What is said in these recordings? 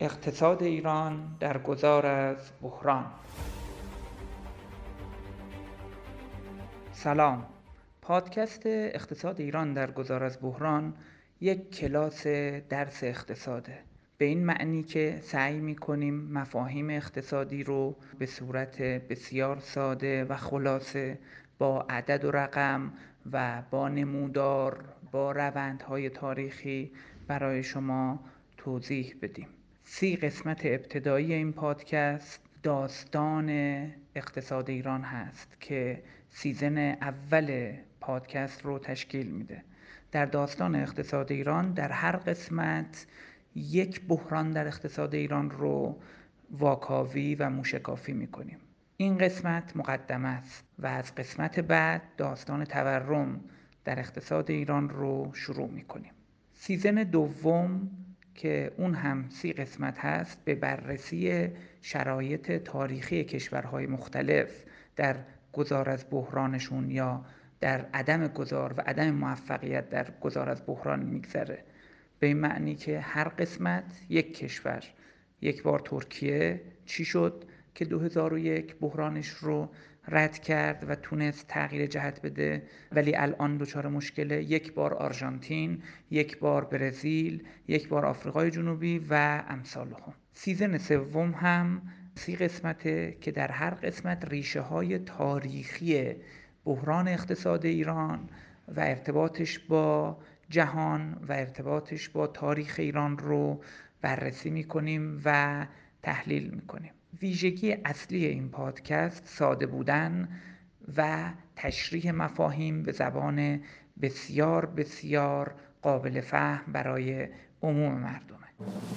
اقتصاد ایران در گذار از بحران. سلام. پادکست اقتصاد ایران در گذار از بحران یک کلاس درس اقتصاده، به این معنی که سعی می‌کنیم مفاهیم اقتصادی رو به صورت بسیار ساده و خلاصه با عدد و رقم و با نمودار، با روندهای تاریخی برای شما توضیح بدیم. 30 قسمت ابتدایی این پادکست داستان اقتصاد ایران هست که سیزن اول پادکست رو تشکیل میده. در داستان اقتصاد ایران در هر قسمت یک بحران در اقتصاد ایران رو واکاوی و موشکافی میکنیم. این قسمت مقدمه است و از قسمت بعد داستان تورم در اقتصاد ایران رو شروع میکنیم. سیزن دوم که اون هم 30 قسمت هست به بررسی شرایط تاریخی کشورهای مختلف در گذار از بحرانشون یا در عدم گذار و عدم موفقیت در گذار از بحران میگذره. به این معنی که هر قسمت یک کشور، یک بار ترکیه چی شد که 2001 بحرانش رو رد کرد و تونست تغییر جهت بده ولی الان دچار مشکله، یک بار آرژانتین، یک بار برزیل، یک بار آفریقای جنوبی و امثالهم. سیزن سوم هم 30 قسمته که در هر قسمت ریشه های تاریخی بحران اقتصاد ایران و ارتباطش با جهان و ارتباطش با تاریخ ایران رو بررسی میکنیم و تحلیل میکنیم. ویژگی اصلی این پادکست ساده بودن و تشریح مفاهیم به زبان بسیار بسیار قابل فهم برای عموم مردمه.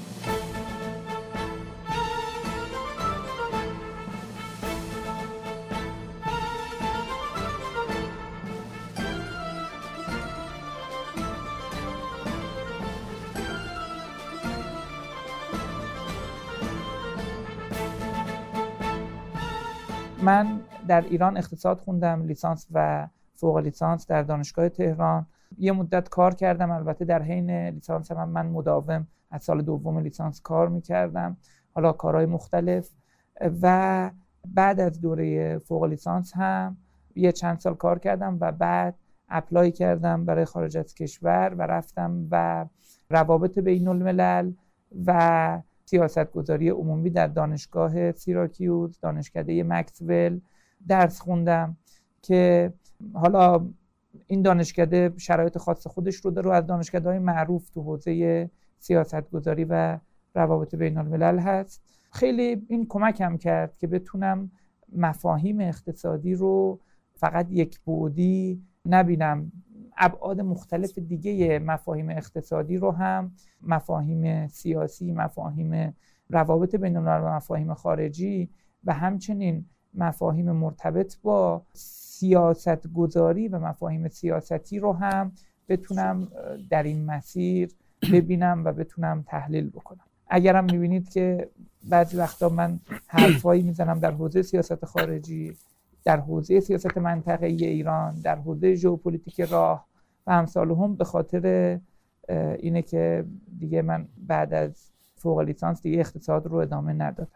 من در ایران اقتصاد خوندم، لیسانس و فوق لیسانس در دانشگاه تهران. یه مدت کار کردم، البته در حین لیسانس من مداوم از سال دوم لیسانس کار میکردم، حالا کارهای مختلف. و بعد از دوره فوق لیسانس هم یه چند سال کار کردم و بعد اپلای کردم برای خارج از کشور و رفتم و روابط بین الملل و سیاستگذاری عمومی در دانشگاه سیراکیوز، دانشکده مکسول درس خوندم که حالا این دانشکده شرایط خاص خودش رو داره و از دانشکده‌های معروف تو حوزه سیاستگذاری و روابط بین الملل هست. خیلی این کمکم کرد که بتونم مفاهیم اقتصادی رو فقط یک بعدی نبینم، ابعاد مختلف دیگه مفاهیم اقتصادی رو هم، مفاهیم سیاسی، مفاهیم روابط بین الملل و مفاهیم خارجی و همچنین مفاهیم مرتبط با سیاست گذاری و مفاهیم سیاستی رو هم بتونم در این مسیر ببینم و بتونم تحلیل بکنم. اگرم میبینید که بعضی وقتا من حرفایی میزنم در حوزه سیاست خارجی، در حوزه سیاست منطقه‌ای ایران، در حوزه ژئوپلیتیک راه و امثالهم، به خاطر اینه که دیگه من بعد از فوق لیسانس دیگه اقتصاد رو ادامه ندادم.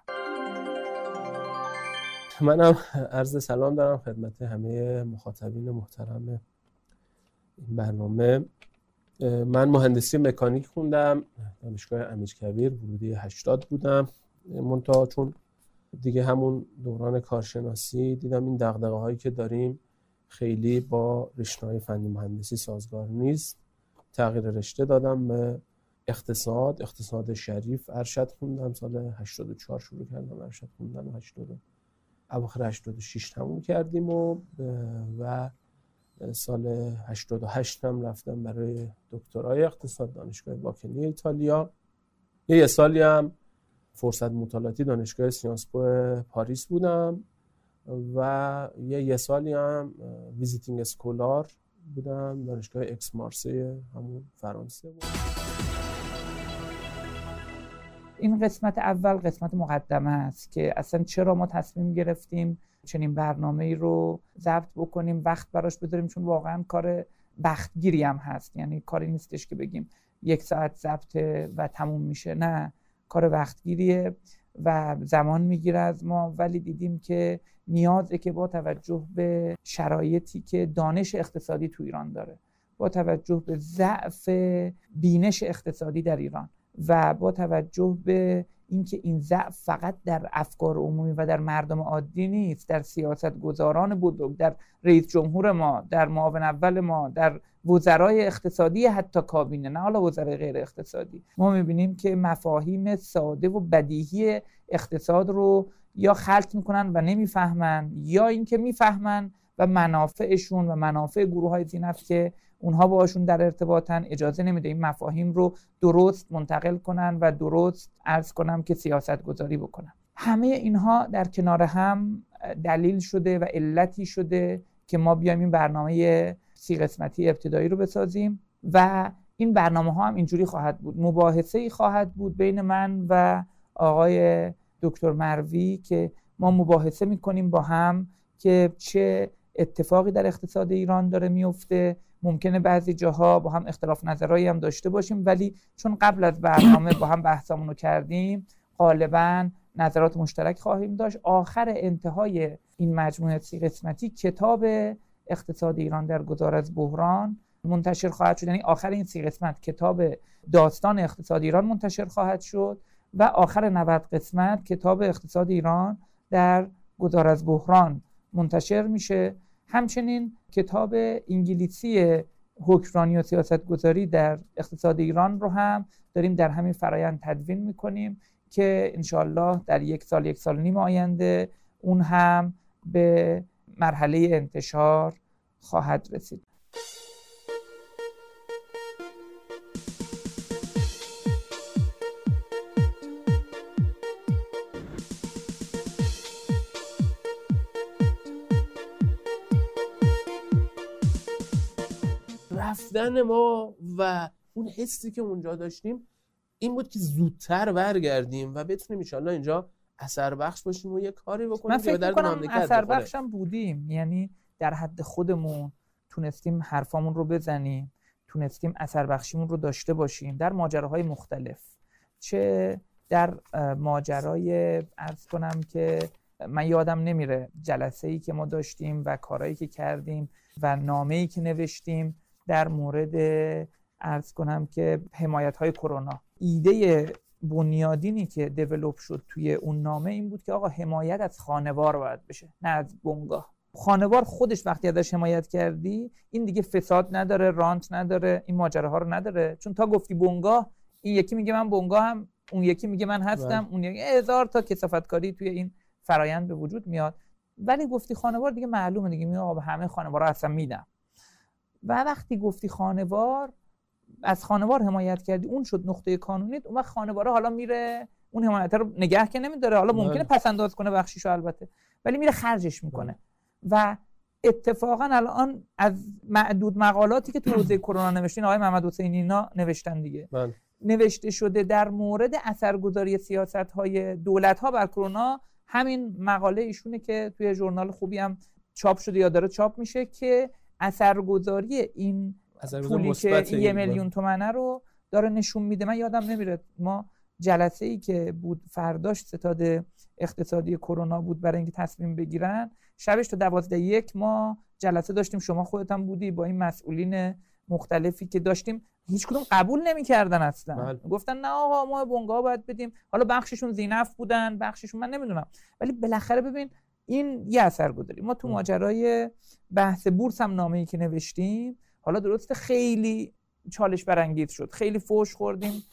منم عرض سلام دارم خدمت همه مخاطبین محترم این برنامه. من مهندسی مکانیک خوندم، دانشگاه امیرکبیر، ورودی 80 بودم. منتها چون دیگه همون دوران کارشناسی دیدم این دغدغه‌هایی که داریم خیلی با رشته‌های فنی مهندسی سازگار نیست، تغییر رشته دادم به اقتصاد شریف ارشد خوندم. سال 84 شروع کردم ارشد خوندن و اواخر 86 تموم کردیم و سال 88 هم رفتم برای دکترای اقتصاد دانشگاه باکنی ایتالیا. یه سالی هم فرصت مطالعاتی دانشگاه سیانس پو پاریس بودم و یه سالی هم ویزیتینگ اسکولار بودم دانشگاه اکس مارسی همون فرانسه بود. این قسمت اول قسمت مقدمه است که اصلا چرا ما تصمیم گرفتیم چنین برنامه‌ای رو ضبط بکنیم، وقت براش بذاریم، چون واقعا کار بختگیری هم هست. یعنی کاری نیستش که بگیم 1 ساعت ضبط و تموم میشه، نه، کار وقتگیریه و زمان میگیره از ما، ولی دیدیم که نیازه که با توجه به شرایطی که دانش اقتصادی تو ایران داره، با توجه به ضعف بینش اقتصادی در ایران و با توجه به اینکه این ضعف فقط در افکار عمومی و در مردم عادی نیست، در سیاستگزاران بزرگ، در رئیس جمهور ما، در معاون اول ما، در وزرای اقتصادی حتی کابینه، نه حالا وزرای غیر اقتصادی، ما میبینیم که مفاهیم ساده و بدیهی اقتصاد رو یا خلط میکنن و نمیفهمن، یا اینکه میفهمن و منافعشون و منافع گروه‌های ذی‌نفع که اونها باشون در ارتباطن اجازه نمیده این مفاهیم رو درست منتقل کنن و درست عرض کنم که سیاست گذاری بکنن. همه اینها در کنار هم دلیل شده و علتی شده که ما بیایم این برنامه 30 قسمتی ابتدایی رو بسازیم و این برنامه ها هم اینجوری خواهد بود، مباحثه‌ای خواهد بود بین من و آقای دکتر مروی که ما مباحثه میکنیم با هم که چه اتفاقی در اقتصاد ایران داره میفته. ممکنه بعضی جاها با هم اختلاف نظرهایی هم داشته باشیم، ولی چون قبل از برنامه با هم بحثمون رو کردیم غالباً نظرات مشترک خواهیم داشت. آخر انتهای این مجموعه 30 قسمتی کتاب اقتصاد ایران در گذار از بحران منتشر خواهد شد، یعنی آخر این 30 قسمت کتاب داستان اقتصاد ایران منتشر خواهد شد و آخر 90 قسمت کتاب اقتصاد ایران در گذار از بحران منتشر میشه. همچنین کتاب انگلیسی حکمرانی و سیاستگذاری در اقتصاد ایران رو هم داریم در همین فرایند تدوین میکنیم که انشاءالله در 1 سال 1 سال و نیم آینده اون هم به مرحله انتشار خواهد رسید. رفتن ما و اون حسی که اونجا داشتیم این بود که زودتر برگردیم و بتونیم ان شاءالله اینجا اثر بخش باشیم و یه کاری بکنیم که به درد مملکت بخوره. اثر بخش هم بودیم، یعنی در حد خودمون تونستیم حرفامون رو بزنیم، تونستیم اثر بخشیمون رو داشته باشیم در ماجراهای مختلف، چه در ماجرای عرض کنم که من یادم نمیره جلسه‌ای که ما داشتیم و کارهایی که کردیم و نامه‌ای که نوشتیم در مورد عرض کنم که حمایت‌های کرونا. ایده بنیادینی که دیولپ شد توی اون نامه این بود که آقا حمایت از خانوار باید بشه، نه از بنگاه. خانوار خودش وقتی ازش حمایت کردی این دیگه فساد نداره، رانت نداره، این ماجراها رو نداره، چون تا گفتی بنگاه این یکی میگه من بنگاهم، اون یکی میگه من هستم، اون یکی هزار تا کثافتکاری توی این فرایند به وجود میاد. ولی گفتی خانوار دیگه معلومه دیگه، میگه آقا همه خانوارا اصلا میدم. و وقتی گفتی خانوار، از خانوار حمایت کردی، اون شد نقطه کانونیت، اون وقت خانواره حالا میره اون حمایت رو نگه که نمیداره، حالا ممکنه پس انداز کنه بخشیشو البته، ولی میره خرجش میکنه. و اتفاقا الان از معدود مقالاتی که تو حوزه کرونا نوشتین آقای محمد حسینی اینا نوشتن دیگه، نوشته شده در مورد اثرگذاری سیاست‌های دولت‌ها بر کرونا، همین مقاله ایشونه که توی ژورنال خوبی هم چاپ شده یا داره چاپ میشه که اثرگذاری این پولی که 1 میلیون تومنه رو داره نشون میده. من یادم نمیره ما جلسه‌ای که بود فرداش ستاد اقتصادی کرونا بود برای اینکه تصمیم بگیرن، شبش تا 12:01 ما جلسه داشتیم، شما خودت هم بودی، با این مسئولین مختلفی که داشتیم هیچ کدوم قبول نمی‌کردن اصلا. گفتن نه آقا ما بنگاه باید بدیم، حالا بخششون ذی‌نفع بودن، بخششون من نمیدونم، ولی بالاخره ببین این یه اثرگذاری. ما تو ماجرای بحث بورس هم نامه‌ای که نوشتیم، حالا درسته خیلی چالش برانگیز شد، خیلی فوش خوردیم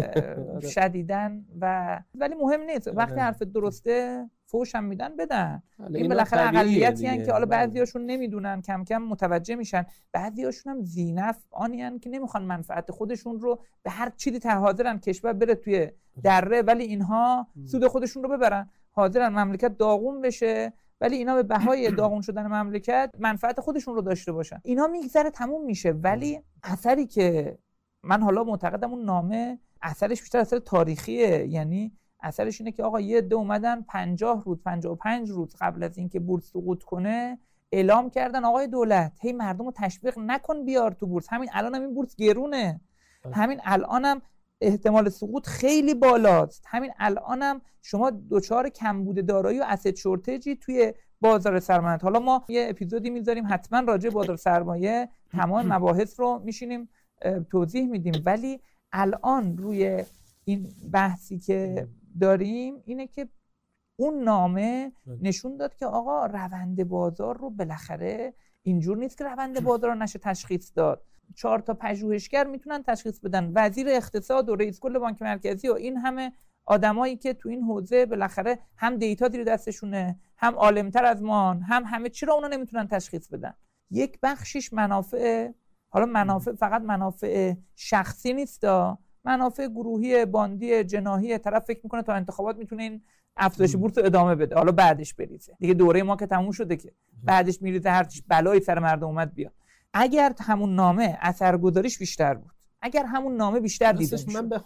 شدیدن ولی مهم نیست، وقتی حرف درسته فوش هم میدن بدن. این بالاخره اقلیتی ان که حالا بعضیاشون نمیدونن، کم کم متوجه میشن، بعضیاشون هم ذی‌نفع آنین که نمیخوان منفعت خودشون رو به هر چیزی حاضرن کشور بره توی دره، ولی اینها سود خودشون رو ببرن، حاضرن مملکت داغون بشه ولی اینا به بهای داغون شدن مملکت منفعت خودشون رو داشته باشن. اینا میگذره تموم میشه، ولی اثری که من حالا معتقدم اون نامه اثرش بیشتر اثر تاریخیه، یعنی اثرش اینه که آقا یه عده اومدن 50 روز 55 روز قبل از اینکه بورس سقوط کنه اعلام کردن آقای دولت هی مردم رو تشویق نکن بیار تو بورس، همین الانم این بورس گرونه، همین الانم احتمال سقوط خیلی بالاست. همین الانم شما دچار کمبود دارایی و اسید شورتجی توی بازار سرمایه. حالا ما یه اپیزودی میذاریم حتما راجع به بازار سرمایه تمام مباحث رو میشینیم توضیح میدیم، ولی الان روی این بحثی که داریم اینه که اون نامه نشون داد که آقا روند بازار رو بالاخره اینجور نیست که روند بازار رو نشه تشخیص داد. 4 تا پژوهشگر میتونن تشخیص بدن، وزیر اقتصاد و رئیس کل بانک مرکزی و این همه آدمایی که تو این حوزه بالاخره هم دیتا زیر دستشونه، هم عالمتر از ما، هم همه چی رو اونا نمیتونن تشخیص بدن. یک بخشش منافع، حالا منافع فقط منافع شخصی نیست، منافع گروهی، باندی، جناحی. طرف فکر میکنه تا انتخابات میتونه این افزایش بورس ادامه بده، حالا بعدش بریزه دیگه، دوره ما که تموم شده که بعدش میریزه هر چی بلایی سر مردم اومد بیاد. اگر همون نامه اثرگذاریش بیشتر بود، اگر همون نامه بیشتر دیده میشد،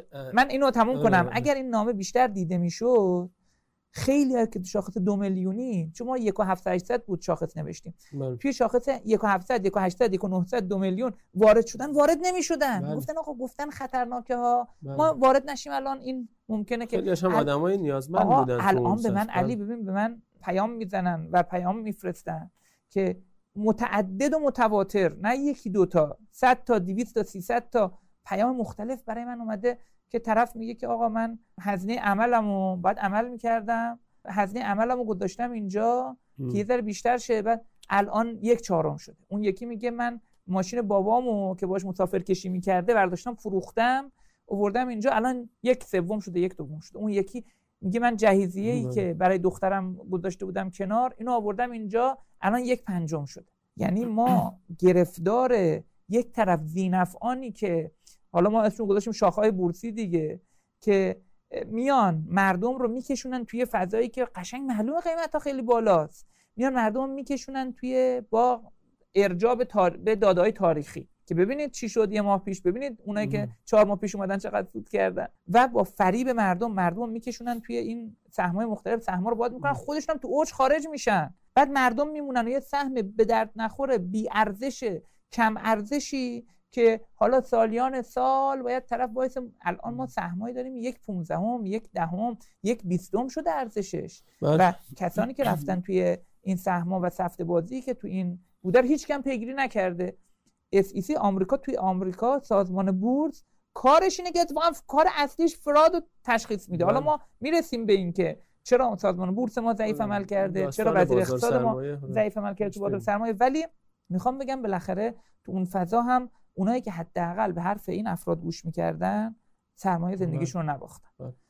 من اینو تموم کنم، اگر این نامه بیشتر دیده میشد، خیلی که شاخص 2 میلیونی، چون ما 1.7 بود شاخص نوشتیم، توی شاخص 1.700 1.800 1.900 2 میلیون وارد شدن، وارد نمیشدن. گفتن آقا گفتن خطرناکه ها، ما وارد نشیم. الان این ممکنه که خیلی هم آدمای نیازمند بودن. الان به من علی ببین به من پیام میزنن و پیام میفرستن که متعدد و متواتر، نه یکی دوتا، 100 تا 200 تا 300 تا پیام مختلف برای من اومده که طرف میگه که آقا من هزینه عملمو باید عمل میکردم، هزینه عملمو گذاشتم اینجا که یه ذره بیشتر شه، بعد الان 1/4 شده. اون یکی میگه من ماشین بابامو که باش مسافر کشی میکرده برداشتم فروختم آوردم اینجا، الان 1/3 شده، 1/2 شده. اون یکی میگه من جهیزیه‌ای که برای دخترم گذاشته بودم کنار اینو آوردم اینجا، الان 1/5 شده. یعنی ما گرفتار یک طرف ذینفعانی که حالا ما اسمش گذاشتیم شاخه‌های بورسی دیگه، که میان مردم رو میکشونن توی فضایی که قشنگ معلومه قیمت‌ها خیلی بالاست، میان مردم رو میکشونن توی با ارجاع به داده‌های تاریخی که ببینید چی شد یه ماه پیش، ببینید اونایی که 4 ماه پیش اومدن چقدر سود کردن، و با فریب مردم میکشونن توی این سهم‌های مختلف، سهم‌ها رو باز میکنن، خودشون هم تو اوج خارج میشن، بعد مردم میمونن و یه سهم به درد نخوره، بی ارزش، کم ارزشی که حالا سالیان سال باید طرف وایس. الان ما سهمایی داریم 1/15 1/10 1/20 شده ارزشش، و کسانی که رفتن توی این سهم‌ها و سفته بازی که تو این بوده هیچ کم پیگیری نکرده. SEC آمریکا، توی آمریکا سازمان بورس کارش اینه که کار اصلیش فراد رو تشخیص میده. حالا ما میرسیم به این که چرا سازمان بورس ما ضعیف عمل کرده، چرا وزیر اقتصاد ما ضعیف عمل کرده تو بازار سرمایه، ولی میخوام بگم بالاخره تو اون فضا هم اونایی که حداقل به حرف این افراد گوش میکردن سرمایه زندگیشون رو نباختن،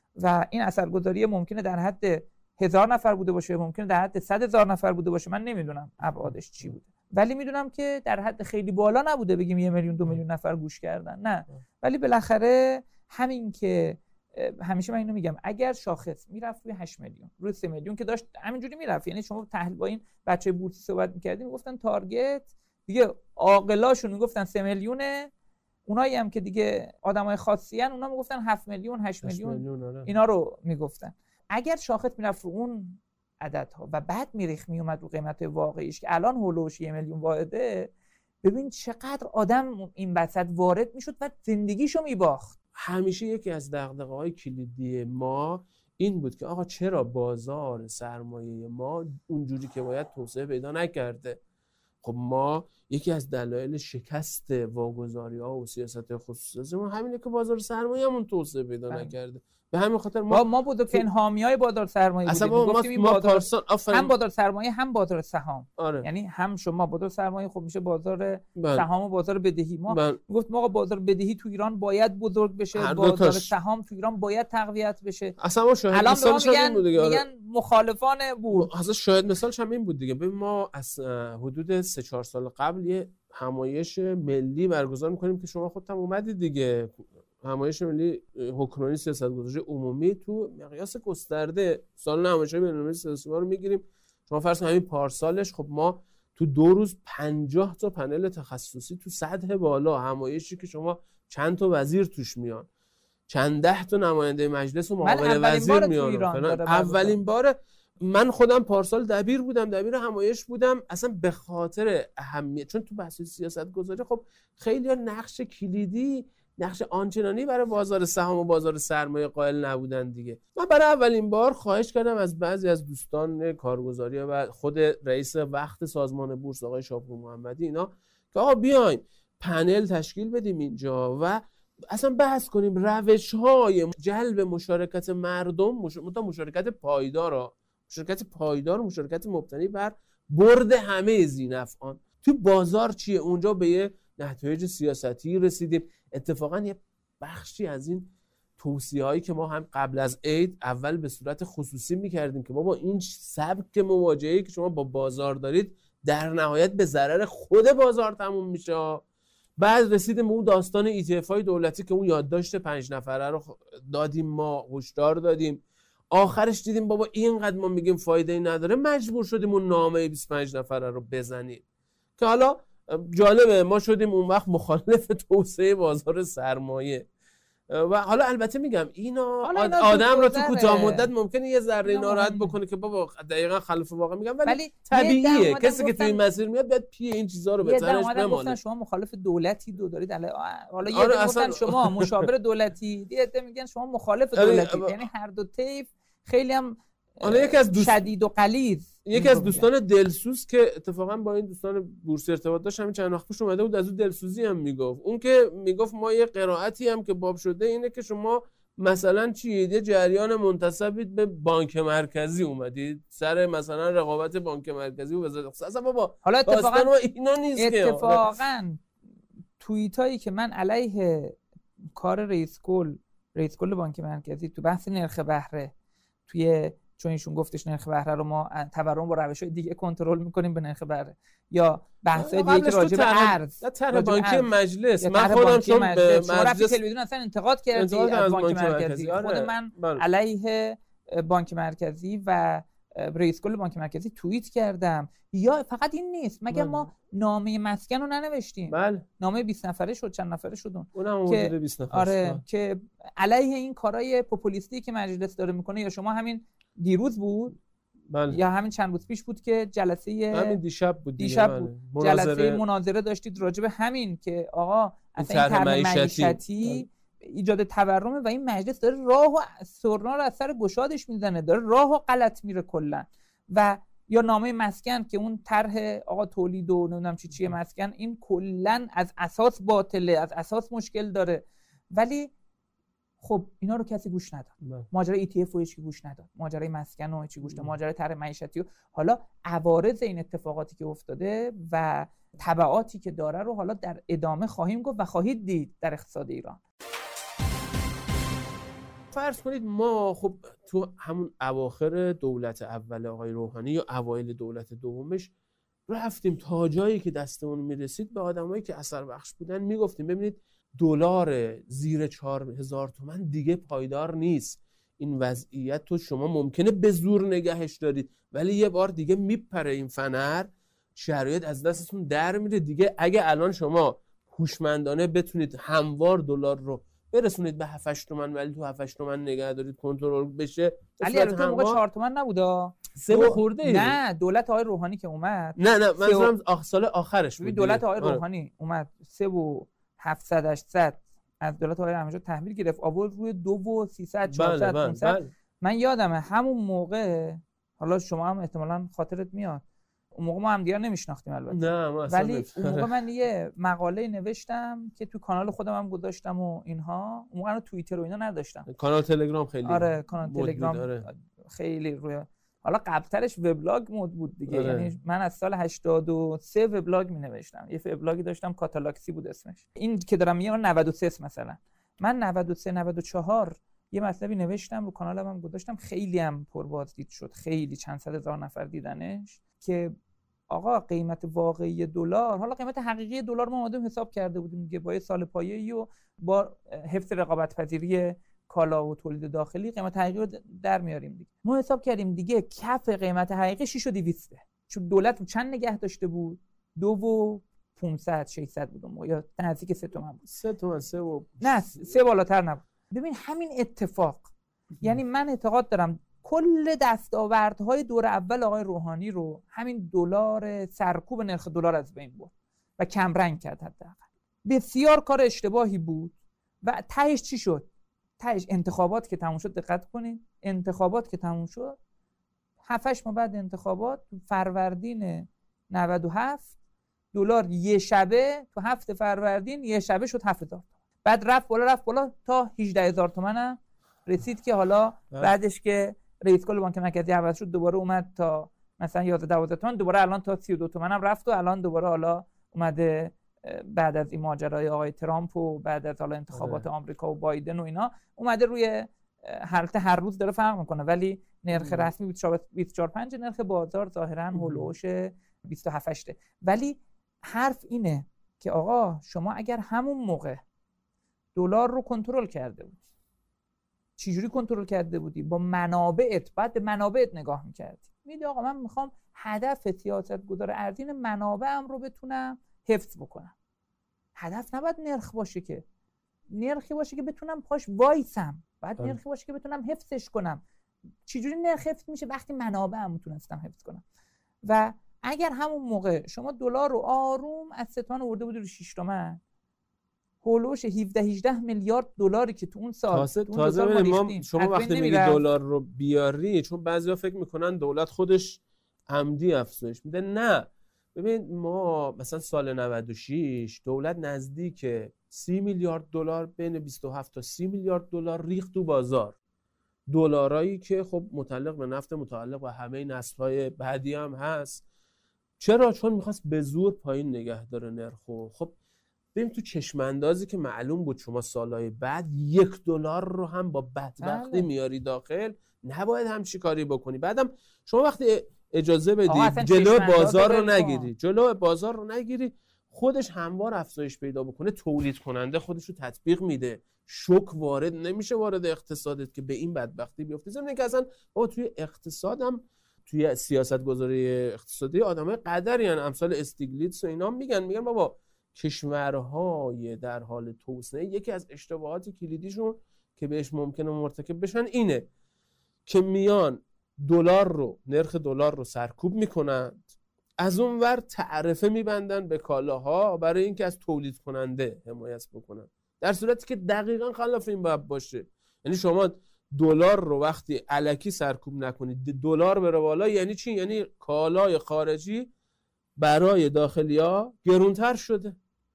و این اثرگذاری ممکنه در حد 1000 نفر بوده باشه، ممکنه در حد 100,000 نفر بوده باشه، من نمیدونم ابعادش چی بوده، ولی میدونم که در حد خیلی بالا نبوده بگیم 1 میلیون 2 میلیون نفر گوش کردن، نه. ولی بالاخره همین که همیشه من اینو میگم، اگر شاخص میرفت روی 8 میلیون، روی 3 میلیون که داشت همینجوری میرفت، یعنی شما تحلیل با این بچه بورسی صحبت می‌کردیم میگفتن تارگت دیگه، عاقلاشون میگفتن 3 میلیونه، اونایی هم که دیگه آدمای خاصی ان اونا میگفتن 7 میلیون 8 میلیون اینا رو میگفتن. اگر شاخص میرفت رو اون عددها و بعد میومد رو قیمت واقعیش که الان هولوش 1 میلیون واحده، ببین چقدر آدم این وسط وارد میشد و زندگیشو میباخت. همیشه یکی از دغدغه‌های کلیدی ما این بود که آقا چرا بازار سرمایه ما اونجوری که باید توسعه پیدا نکرده؟ خب ما یکی از دلایل شکست واگذاری‌ها و سیاست خصوصی ما همینه که بازار سرمایه‌مون توسعه پیدا نکرده. به همین خاطر ما بودیم حامیای بازار سرمایه بودیم، گفتیم این بازار هم بازار سرمایه هم بازار سهام، یعنی هم شما بازار سرمایه خب میشه بازار سهام و بازار بدهی. ما گفتیم آقا بازار بدهی تو ایران باید بزرگ بشه، بازار سهام تو ایران باید تقویت بشه. اصلا ما شاهد مثالش همین بود دیگه، میگن مخالفان بود، اصلا شاهد مثالش هم این بود دیگه. ببین ما از حدود 3-4 سال قبل یه همایش ملی برگزار می‌کنیم که شما خودتون اومدید دیگه، همایش ملی حکمرانی سیاست‌گذاری عمومی تو مقیاس گسترده. سال همایش بین‌المللی سیاسی رو میگیریم، شما فرض کنید همین پارسالش خب ما تو 2 روز 50 تا پنل تخصصی تو سطح بالا، همایشی که شما چند تا وزیر توش میان، چند ده تا نماینده مجلس و معاون وزیر میان، اولین بار. من خودم پارسال دبیر بودم، دبیر همایش بودم، اصلا به خاطر اهمیت، چون تو بحث سیاست گذاری خب خیلی نقش کلیدی نقش آنچنانی برای بازار سهام و بازار سرمایه قائل نبودن دیگه. من برای اولین بار خواهش کردم از بعضی از دوستان کارگزاری و خود رئیس وقت سازمان بورس آقای شاپور محمدی اینا که آقا بیایم پنل تشکیل بدیم اینجا و اصلا بحث کنیم روش‌های جلب مشارکت مردم، مشارکت پایدار، مشارکت مبتنی بر برد همه ذی‌نفعان تو بازار چیه. اونجا به یه نتایج سیاستی رسیدیم. اتفاقا یه بخشی از این توصیه‌هایی که ما هم قبل از عید اول به صورت خصوصی می‌کردیم که بابا این سبک مواجهه‌ای که شما با بازار دارید در نهایت به ضرر خود بازار تموم میشه. بعد رسیدیم به اون داستان ETF های دولتی که اون یادداشت 5 نفره رو دادیم، ما هشدار دادیم، آخرش دیدیم بابا اینقدر ما میگیم فایده ای نداره، مجبور شدیم اون نامه 25 نفره رو بزنیم که حالا جالبه ما شدیم اون وقت مخالف توسعه بازار سرمایه. و حالا البته میگم اینا آدم رو تو کوتاه مدت ممکنه یه ذره ناراحت بکنه که بابا دقیقاً خلاف واقع میگم، ولی طبیعیه کسی که توی این مسیر میاد باید پی این چیزا رو بتنش بمونه. شما مخالف دولتی دارید، حالا یه گفتن شما مشاور دولتی، دیگه میگن شما مخالف دولتی، یعنی هر دو طیف خیلی هم شدید و غلیظ. یکی از دوستان دلسوز که اتفاقا با این دوستان بورس ارتباط داشت همین چند وقت پیش اومده بود، از اون دلسوزی هم میگفت. اون که میگفت ما یه قرائتی هم که باب شده اینه که شما مثلا یه جریان منتسبید به بانک مرکزی اومدید سر مثلا رقابت بانک مرکزی و وزارت اصلا بابا. حالا اتفاقا اینا نیست که اتفاقا توییتایی که من علیه کار رئیس کل بانک مرکزی تو بحث نرخ بهره، توی چون ایشون گفتش نرخ بهره رو ما تورم با روش‌های دیگه کنترل می‌کنیم به نرخ بهره، یا بحث‌های دیگه که راجع به ارز، طرح بانکی مجلس، من خودم چون به مجلس تلویزیون اصلا انتقاد کردی از بانک مرکزی. خود من علیه بانک مرکزی و رئیس کل بانک مرکزی توییت کردم. یا فقط این نیست، مگه ما نامه مسکن رو ننوشتیم؟ بله. نامه 20 نفره شد، چند نفره شد اونم حدود 20 نفره. آره که علیه این کارهای پوپولیستی که مجلس داره میکنه. یا شما همین دیروز بود، بله. یا همین چند روز پیش بود که جلسه همین دیشب بود جلسه مناظره داشتید راجع به همین که آقا اصلا این طرح معیشتی ایجاد تورمه و این مجلس داره راه و سرنا رو از سر گشادش میزنه، داره راه و غلط میره کلا. و یا نامه مسکن که اون طرح آقا تولید و نمیدونم چیه مسکن، این کلا از اساس باطله، از اساس مشکل داره. ولی خب اینا رو کسی گوش نداد. ماجرای ETF رو هیچ کی گوش نداد، ماجرای مسکن رو هیچ کی گوش نداد، ماجرای طرح معیشتی. حالا عوارض این اتفاقاتی که افتاده و تبعاتی که داره رو حالا در ادامه خواهیم گفت و خواهید دید در اقتصاد ایران. فرض کنید ما خب تو همون اواخر دولت اول آقای روحانی یا اوایل دولت دومش رفتیم تا جایی که دستمون میرسید به آدمایی که اثر بخش بودن میگفتیم ببینید دلار زیر 4000 تومان دیگه پایدار نیست. این وضعیت تو شما ممکنه به زور نگهش دارید ولی یه بار دیگه میپره این فنر، شرایط از دستتون در میره دیگه. اگه الان شما هوشمندانه بتونید هموار دلار رو برسونید به 7-8 تومن ولی تو 7-8 تومن نگه دارید کنترل بشه. علی البته موقع 4 تومن نبودا، 3 خورده ای. نه دولت آقای روحانی که اومد، نه منظورم سال آخرش بود. دولت آقای روحانی اومد 3,700-800 از دولت آقای احمدی تحویل گرفت، آورد روی 2,300-400-500. من یادمه همون موقع، حالا شما هم احتمالاً خاطرت میاد، اون موقع ما هم دیگه نمیشناختیم البته، نه ولی اون موقع من یه مقاله نوشتم که تو کانال خودم هم گذاشتم و اینها. اون موقع توییتر و اینا نداشتم، کانال تلگرام خیلی کانال تلگرام خیلی روی، حالا قبلترش وبلاگ مود بود دیگه. یعنی من از سال 83 وبلاگ می‌نوشتم، یه وبلاگی داشتم کاتالاکسی بود اسمش. این که دارم میگم 93 مثلا، من 93 94 یه مطلبی نوشتم رو کانالم هم گذاشتم، خیلی هم پربازدید شد، خیلی چند صد هزار نفر دیدنش، که آقا قیمت واقعی دلار، حالا قیمت حقیقی دلار ما اومدیم حساب کرده بودیم دیگه با یه سال پایه‌ای و با حفظ رقابت پذیری کالا و تولید داخلی قیمت حقیقی رو در میاریم دیگه. ما حساب کردیم دیگه کف قیمت حقیقی 6,200 چون دولت چند نگه داشته بود، 2,500-600 بود یا نزدیک 3 تومن بود. 3 تومن نه 3 بالاتر نبود. ببین همین اتفاق، یعنی من اعتقاد دارم کل دستاوردهای دور اول آقای روحانی رو همین دلار، سرکوب نرخ دلار از بین برد و کم رنگ کرد. حداقل بسیار کار اشتباهی بود و تهش چی شد؟ تهش انتخابات که تموم شد، دقت کنید، انتخابات که تموم شد 7-8 ماه بعد انتخابات فروردین 97 دلار یه شبه تو 7 فروردین یه شبه شد 7000 تومان. بعد رفت بالا تا 18000 تومان هم رسید که حالا بعدش که رئیس کل بانک مرکزی عوض شد دوباره اومد تا مثلا 11-12 تومان، دوباره الان تا 32 تومان هم رفت و الان دوباره حالا اومده بعد از این ماجرای آقای ترامپ و بعد از حالا انتخابات آمریکا و بایدن و اینا اومده روی حالت هر روز داره فرق میکنه، ولی نرخ رسمی 24.5 نرخ بازار ظاهرا هولوش 27.8. ولی حرف اینه که آقا شما اگر همون موقع دلار رو کنترل کرده بودی، چجوری کنترل کرده بودی؟ با منابعت، بعد به منابعت نگاه میکردی، میگی آقا من میخوام هدف سیاستگزار ارزین منابعم رو بتونم حفظ بکنم. هدف نباید نرخ باشه، که نرخی باشه که بتونم پاش وایسم، بعد نرخی باشه که بتونم حفظش کنم. چجوری نرخ حفظ میشه؟ وقتی منابعم میتونستم حفظ کنم. و اگر همون موقع شما دلار رو آروم از 3 تومن آورده بودی رو 6 تومن، هولوش 17-18 میلیارد دلاری که تو اون سال تازه ما شما وقتی میگی دلار رو بیاری، چون بعضیا فکر میکنن دولت خودش عمدی افزایش میده. نه، ببین ما مثلا سال 96 دولت نزدیک 30 میلیارد دلار، بین 27 تا 30 میلیارد دلار ریخت تو بازار، دلارایی که خب متعلق به نفت، متعلق به همه نسل‌های بعدی هم هست. چرا؟ چون میخواست به زور پایین نگه داره نرخو. خب ببین تو چشم اندازی که معلوم بود شما سالهای بعد $1 رو هم با بدبختی میاری داخل، نباید همچی کاری بکنی. بعدم شما وقتی اجازه بدی جلو بازار رو نگیری، خودش هموار افزایش پیدا بکنه، تولید کننده خودش رو تطبیق میده، شوک وارد نمیشه وارد اقتصادت که به این بدبختی بیفته. ضمن اینکه اصلا توی اقتصادم، توی سیاست گذاری اقتصادی آدمای قدری ان، امثال استیگلیتس و اینا میگن بابا کشورهای در حال توسعه یکی از اشتباهات کلیدیشون که بهش ممکنه مرتکب بشن اینه که میان نرخ دلار رو سرکوب میکنند، از اون ور تعرفه میبندن به کالاها برای اینکه از تولید کننده حمایت بکنن، در صورتی که دقیقاً خلاف این باید باشه. یعنی شما دلار رو وقتی الکی سرکوب نکنید، دلار بره بالا، یعنی چی؟ یعنی کالای خارجی برای داخلی‌ها گرونتر شده،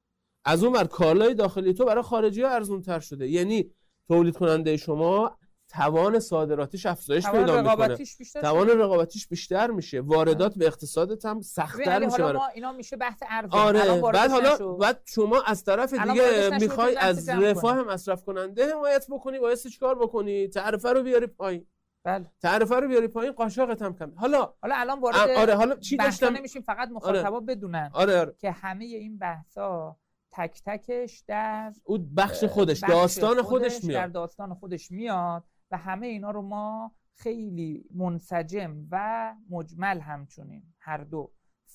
از اون ور کالای داخلی تو برای خارجی‌ها ارزونتر شده، یعنی تولید کننده شما توان صادراتیش افزایش پیدا میکنه، توان رقابتیش بیشتر میشه، واردات به اقتصادت هم سخت‌تر میشه. حالا ما اینا میشه بحث ارزش. آره، بعد شما از طرف دیگه میخوای از رفاه مصرف کننده حمایت بکنی، باید چیکار بکنی؟ تعرفه رو بیاری پایین. بله، تعرفه رو بیاری پایین، قاشاقت هم کم. حالا الان وارد حالا چی داشتم نمیشیم، فقط مخاطبا بدونن که همه این بحثا تک تکش در اون بخش خودش، داستان خودش میاد، در داستان خودش میاد و همه اینا رو ما خیلی منسجم و مجمل همچنین هر دو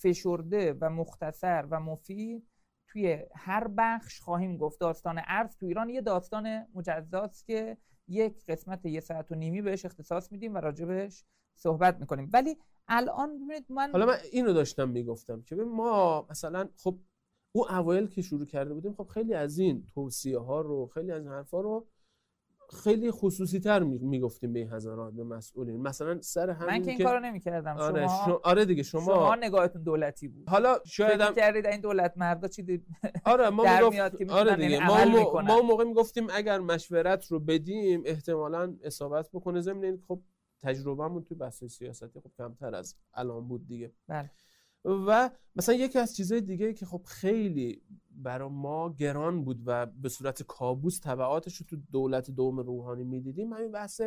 فشرده و مختصر و مفید توی هر بخش خواهیم گفت. داستان ارز تو ایران یه داستان مجزاست که یک قسمت 1.5 ساعت بهش اختصاص میدیم و راجبش صحبت میکنیم. ولی الان ببینید من اینو داشتم میگفتم که ما مثلا خب اون اوایل که شروع کرده بودیم، خب خیلی از این توصیه ها رو، خیلی از این حرفا رو خیلی خصوصی تر میگفتیم به حضرات، به مسئولین. مثلا سر همین من که این کارو نمی‌کردم. آره دیگه شما نگاهتون دولتی بود. حالا شاید هم کردید این دولت مردا چی دید؟ آره ما آره دیگه ما موقع میگفتیم اگر مشورت رو بدیم احتمالاً اصابت بکنه. ضمن این خب تجربه‌مون توی بحث سیاستی خب کمتر از الان بود دیگه. بله. و مثلا یکی از چیزهای دیگه که خب خیلی برای ما گران بود و به صورت کابوس تبعاتش رو تو دولت دوم روحانی میدیدیم، همین بحث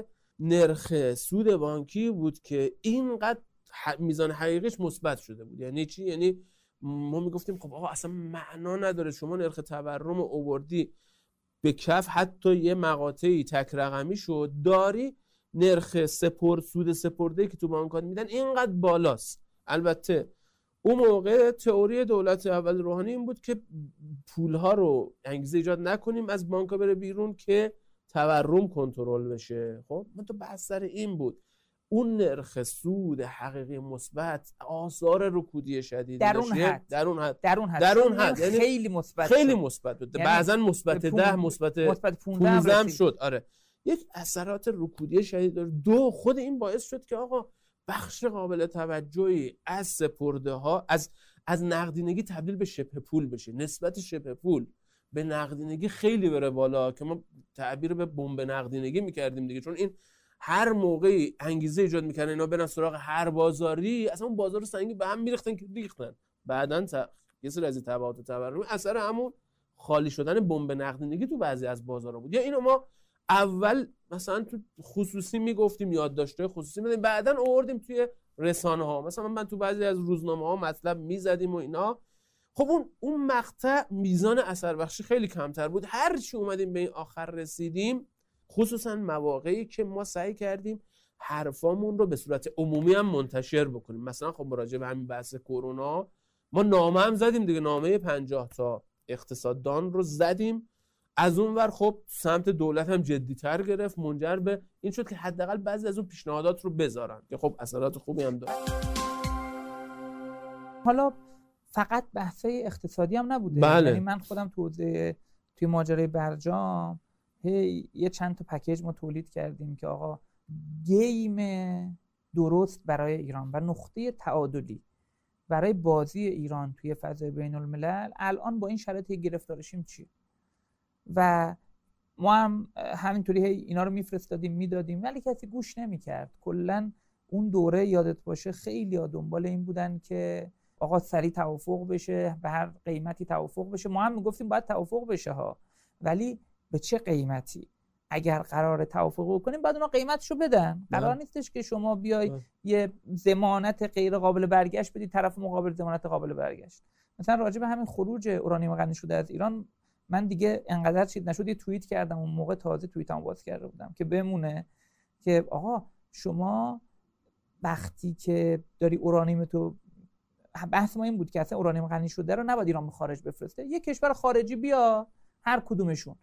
نرخ سود بانکی بود که اینقدر میزان حقیقیش مثبت شده بود. یعنی چی؟ یعنی ما میگفتیم خب آقا اصلا معنا نداره شما نرخ تورم رو آوردی به کف، حتی یه مقاطعی تک رقمی شد، داری نرخ سود سپرده که تو بانکات میدن اینقدر بالاست. البته اون موقع تئوری دولت اول روحانی این بود که پولها رو انگیزه ایجاد نکنیم از بانک‌ها بره بیرون که تورم کنترل بشه. خب من تو بحث سر این بود. اون نرخ سود حقیقی مثبت آثار رکودی شدید در اون حد یعنی خیلی مثبت بود. بعضن مثبت 10 مثبت 15 هم شد. آره یک اثرات رکودی شدید داره. دو، خود این باعث شد که آقا بخش قابل توجهی از سپرده ها از نقدینگی تبدیل به شبه پول بشه. نسبت شبه پول به نقدینگی خیلی بره بالا که ما تعبیر به بمب نقدینگی میکردیم دیگه، چون این هر موقعی انگیزه ایجاد میکنن اینا برن سراغ هر بازاری، اصلا اون بازار سنگی به هم میریختن که ریختن. بعدن یه سری از تبعات و تورم اثر همون خالی شدن بمب نقدینگی تو بعضی از بازارها بود. یا اینو ما اول مثلا تو خصوصی میگفتیم، یادداشت‌های خصوصی میدیم، بعدن آوردیم توی رسانه ها، مثلا من تو بعضی از روزنامه ها مطلب میزدیم و اینا. خب اون مقطع میزان اثر بخشی خیلی کمتر بود. هر چی اومدیم به این آخر رسیدیم، خصوصا مواقعی که ما سعی کردیم حرفامون رو به صورت عمومی هم منتشر بکنیم. مثلا خب راجع به همین بحث کرونا ما نامه هم زدیم دیگه، نامه 50 تا اقتصاددان رو زدیم. از اون ور خب سمت دولت هم جدی‌تر گرفت، منجر به این شد که حداقل بعضی از اون پیشنهادات رو بذارن که خب اثرات خوبی هم داره. حالا فقط بحثای اقتصادی هم نبوده. بله. یعنی من خودم توی ماجرای برجام یه چند تا پکیج ما تولید کردیم که آقا گیم درست برای ایران و نقطه تعادلی برای بازی ایران توی فضای بین الملل الان با این شرایط گرفتارشیم چیه. و ما هم همینطوری اینا رو میفرستادیم میدادیم ولی کسی گوش نمیکرد. کلا اون دوره یادت باشه خیلی دنبال این بودن که آقا سریع توافق بشه، به هر قیمتی توافق بشه. ما هم میگفتیم باید توافق بشه ها، ولی به چه قیمتی؟ اگر قرار توافق بکنیم بعد اونا قیمتشو بدن. قرار نیستش که شما بیای یه ضمانت غیر قابل برگشت بدی، طرف مقابل ضمانت قابل برگشت. مثلا راجع به همین خروج اورانیوم غنی شده از ایران من دیگه انقدر چیز نشد، یه توییت کردم، اون موقع تازه توییتام باز کرده بودم که بمونه که آقا شما وقتی که داری اورانیوم تو، بحث ما این بود که اصلا اورانیوم غنی شده رو نباید ایران به خارج بفرسته. یه کشور خارجی بیا، هر کدومشون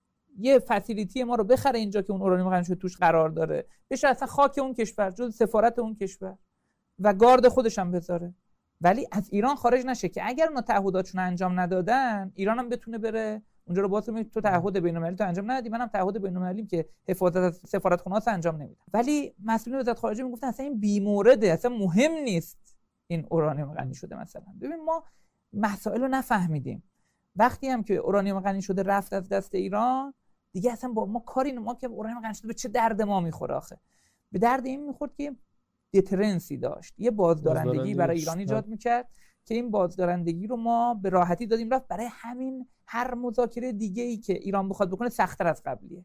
یه فسیلیتی ما رو بخره اینجا که اون اورانیوم غنی شده توش قرار داره، بشه اصلا خاک اون کشور، جز سفارت اون کشور و گارد خودش هم بذاره، ولی از ایران خارج نشه که اگر اونا تعهداتشون انجام ندادن ایران هم بتونه بره اونجا رو باز کنه تو تعهد بین‌المللی تو انجام ندادی، منم تعهد بین‌المللی که حفاظت از سفارتخونه‌ها انجام نمیدم. ولی مسئولین وزارت خارجه میگفتن اصلا این بی‌مورده، اصلا مهم نیست این اورانیوم غنی شده. مثلا ببین ما مسائل رو نفهمیدیم. وقتی هم که اورانیوم غنی شده رفت از دست ایران دیگه اصلا با ما کاری، ما که اورانیوم غنی شده به چه درد ما میخوره؟ آخه به درد این میخورد که دیترنسی داشت، یه بازدارندگی برای ایران ایجاد میکرد که این بازدارندگی رو ما به راحتی دادیم رفت. برای همین هر مذاکره دیگه ای که ایران بخواد بکنه سخت‌تر از قبلیه.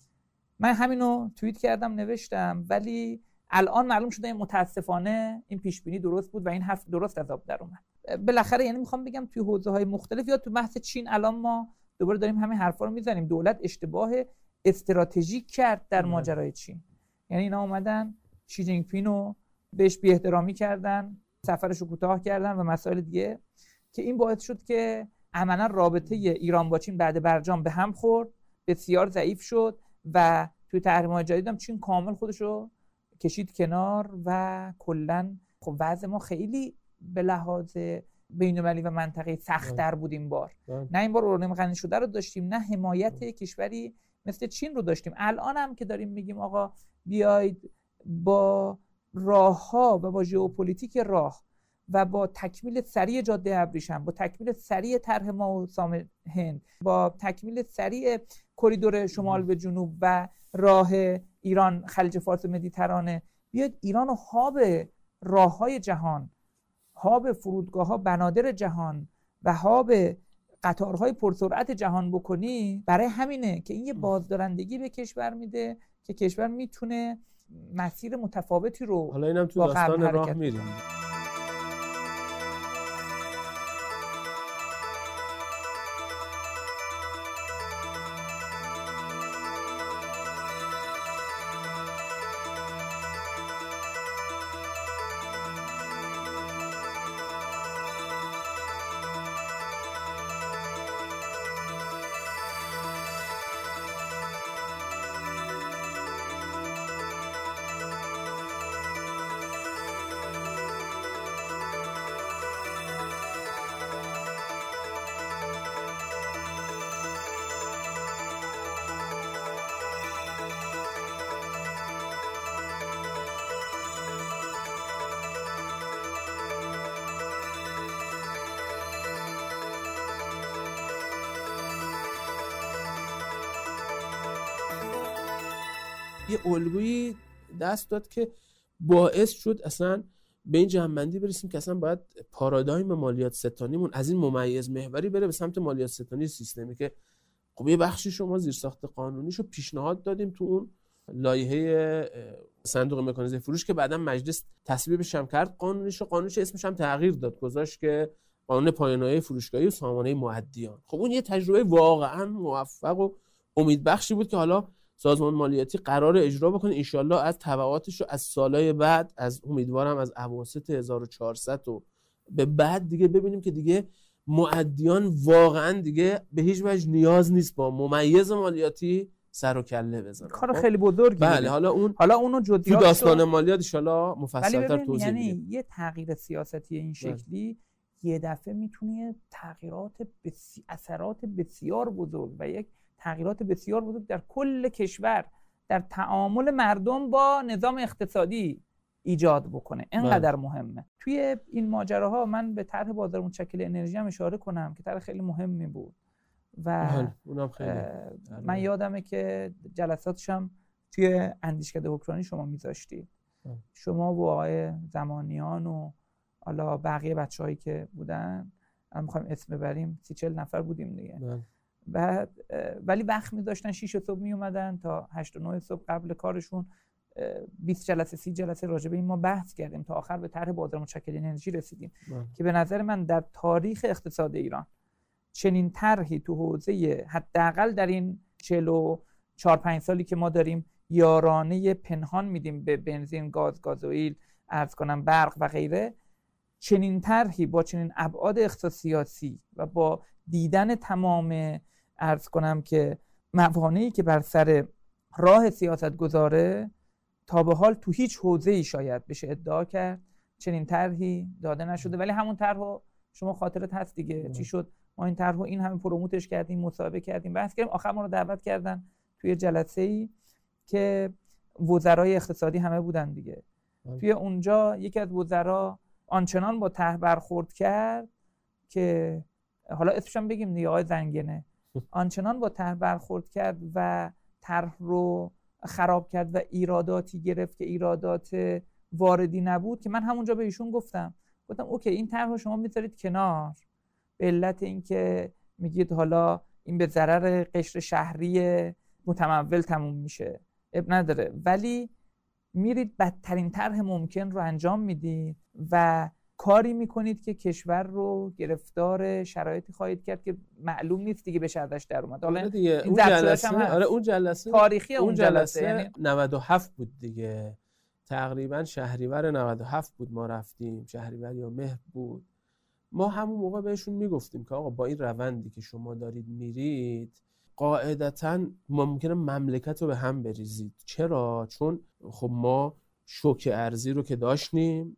من همینو توییت کردم نوشتم، ولی الان معلوم شده متاسفانه این پیش بینی درست بود و این حرف درست از آب در اومد. بالاخره یعنی میخوام بگم توی حوزه‌های مختلف، یا تو بحث چین الان ما دوباره داریم همین حرفا رو میزنیم، دولت اشتباه استراتژیک کرد در ماجرای چین. یعنی اینا اومدن شی جینگ پینو بهش بی احترامی کردن، سفرش رو کوتاه کردن و مسائل دیگه که این باعث شد که عملا رابطه ایران با چین بعد برجام به هم خورد، بسیار ضعیف شد و توی تحریم‌های جدید هم چین کامل خودش رو کشید کنار و کلا خب وضع ما خیلی به لحاظ بین‌المللی و منطقه‌ای سخت‌تر بود این بار. نه این بار اورانیوم غنی شده رو داشتیم، نه حمایت کشوری مثل چین رو داشتیم. الان هم که داریم میگیم آقا بیایید با راه‌ها و با ژئوپلیتیک راه و با تکمیل سریع جاده ابریشم، با تکمیل سریع طرح ما و سام هند، با تکمیل سریع کریدور شمال به جنوب و راه ایران خلیج فارس مدیترانه، بیاد ایران و هاب راه‌های جهان، هاب فرودگاه‌ها بنادر جهان و هاب قطارهای پرسرعت جهان بکنی. برای همینه که این یه بازدارندگی به کشور میده که کشور میتونه مسیر متفاوتی رو حالا اینم تو داستان راه میریم. یه الگویی دست داد که باعث شد اصلا به این جمع‌بندی برسیم که اصلا باید پارادایم مالیات ستانیمون از این ممیز محوری بره به سمت مالیات ستانی سیستمی که خب یه بخشی شما زیرساخت قانونیشو پیشنهاد دادیم تو اون لایحه صندوق مکانیزه فروش که بعدا مجلس تصویبش هم کرد، قانونش اسمش هم تغییر داد، گذاشت که قانون پایانه‌های فروشگاهی و سامانه مؤدیان. خب اون یه تجربه واقعا موفق و امیدبخشی بود که حالا سازمان مالیاتی قرار اجرا بکنه، ان شاءالله از تبعاتش رو از سالهای بعد، از امیدوارم از اواسط 1400 و به بعد دیگه ببینیم که دیگه مؤدیان واقعا دیگه به هیچ وجه نیاز نیست با ممیز مالیاتی سر و کله بزنن. کار خیلی بزرگی. بله حالا اونو جزئیات تو داستان مالیات ان شاءالله مفصل‌تر توضیح میدیم. یعنی یه تغییر سیاستی این شکلی یه دفعه میتونه اثرات بسیار بزرگ و یک تغییرات بسیار بزرگ در کل کشور در تعامل مردم با نظام اقتصادی ایجاد بکنه. اینقدر مهمه. توی این ماجراها من به طرح بازار متشکل انرژی هم اشاره کنم که طرح خیلی مهمی بود و اونم خیلی من یادمه که جلساتش هم توی اندیشکده حکمرانی شما میذاشتید، شما و آقای زمانیان و حالا بقیه بچه‌هایی که بودن، الان می‌خوایم اسم ببریم 30-40 نفر بودیم دیگه. بعد ولی وقت می‌داشتن 6 صبح میومدن تا 8 و 9 صبح قبل کارشون 20 جلسه 30 جلسه راجع به این ما بحث کردیم تا آخر به طرح بازار متشکل انرژی رسیدیم که به نظر من در تاریخ اقتصاد ایران چنین طرحی تو حوزه حداقل در این 44-5 سالی که ما داریم یارانه پنهان میدیم به بنزین، گازوئیل، عرض کنم برق و غیره، چنین طرحی با چنین ابعاد اقتصادی و با دیدن تمام عرض کنم که موانعی که بر سر راه سیاست گذاره تا به حال تو هیچ حوزه‌ای شاید بشه ادعا کرد چنین طرحی داده نشده. ولی همون طرحو شما خاطرت هست دیگه چی شد؟ ما این طرحو این همه پروموتش کردیم، مصاحبه کردیم، بحث کردیم، آخر ما رو دعوت کردن توی جلسه‌ای که وزرای اقتصادی همه بودن دیگه. توی اونجا یکی از وزرا آنچنان با طرح برخورد کرد که حالا اسمش هم بگیم دیگه، آقای زنگنه، آنچنان با طرح برخورد کرد و طرح رو خراب کرد و ایراداتی گرفت که ایرادات واردی نبود که من همونجا به ایشون گفتم اوکی این طرح رو شما میذارید کنار به علت اینکه میگید حالا این به ضرر قشر شهری متمول تموم میشه، اب نداره، ولی میرید بدترین طرح ممکن رو انجام میدید و کاری میکنید که کشور رو گرفتار شرایطی خواهید کرد که معلوم نیست دیگه بشه ازش در اومد. حالا اون جلسه تاریخی اون جلسه یعنی 97 بود دیگه، تقریبا شهریور 97 بود ما رفتیم، شهریور یا مهر بود. ما همون موقع بهشون میگفتیم که آقا با این روندی که شما دارید میرید قاعدتاً ممکنه مملکت رو به هم بریزید. چرا؟ چون خب ما شوک ارزی رو که داشتیم،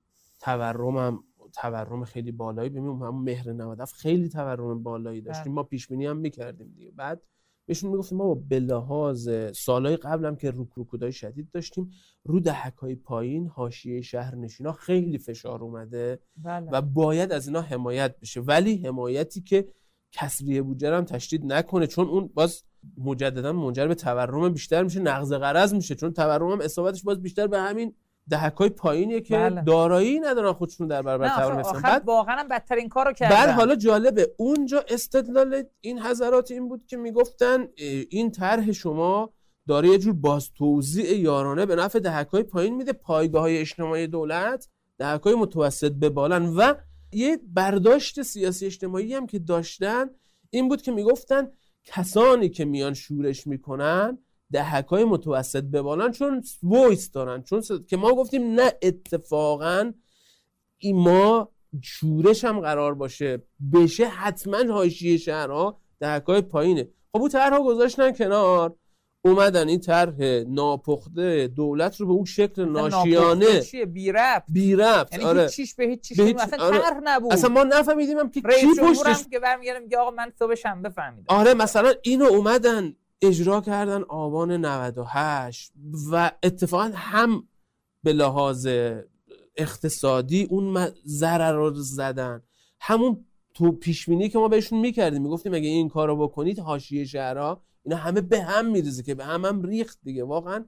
تورم خیلی بالایی، ببینیم همون مهر 97 خیلی تورم بالایی داشتیم، ما پیش بینی هم می‌کردیم دیگه. بعد بهشون میگفتیم ما به لحاظ سالهای قبلم که رکودای شدید داشتیم، رو دهک‌های پایین حاشیه شهرنشینا خیلی فشار اومده و باید از اینا حمایت بشه، ولی حمایتی که کسری بودجه هم تشدید نکنه، چون اون باز مجددا منجر به تورم بیشتر میشه، نقض قرض میشه، چون تورم هم اصابتش باز بیشتر به همین دهک‌های پایینیه که دارایی ندارن خودشون در برابر تورم هستن. بعد واقعا بدترین کارو کردن. بعد حالا جالبه اونجا استدلال این حضرات این بود که میگفتن این طرح شما داره یه جور باز توزیع یارانه به نفع دهک‌های پایین میده، پایگاه‌های اجتماعی دولت دهک‌های متوسط به بالان. و یه برداشت سیاسی اجتماعی هم که داشتن این بود که میگفتن کسانی که میان شورش میکنن دهک‌های متوسط به بالان چون وایس دارن، چون که ما گفتیم نه اتفاقا این ما شورش هم قرار بشه حتما حاشیه شهرها دهک‌های پایینه. خب اون طرح‌ها گذاشتن کنار، اومدن این طرح ناپخته دولت رو به اون شکل ناشیانه بی ربط یعنی هیچ چیش به هیچ چیش اصلا طرح نبود، اصلا ما نفهمیدیم هم که کی پشتش که برمیگردم میگه آقا من صبح شنبه فهمیدم. آره مثلا اینو اومدن اجرا کردن آبان 98 و اتفاقا هم به لحاظ اقتصادی اون ضرر رو زدن، همون تو پیشبینی که ما بهشون میکردیم میگفتیم اگه این کارو بکنید حاشیه شهرها اینا همه به هم میریزه که به هم ریخت دیگه. واقعا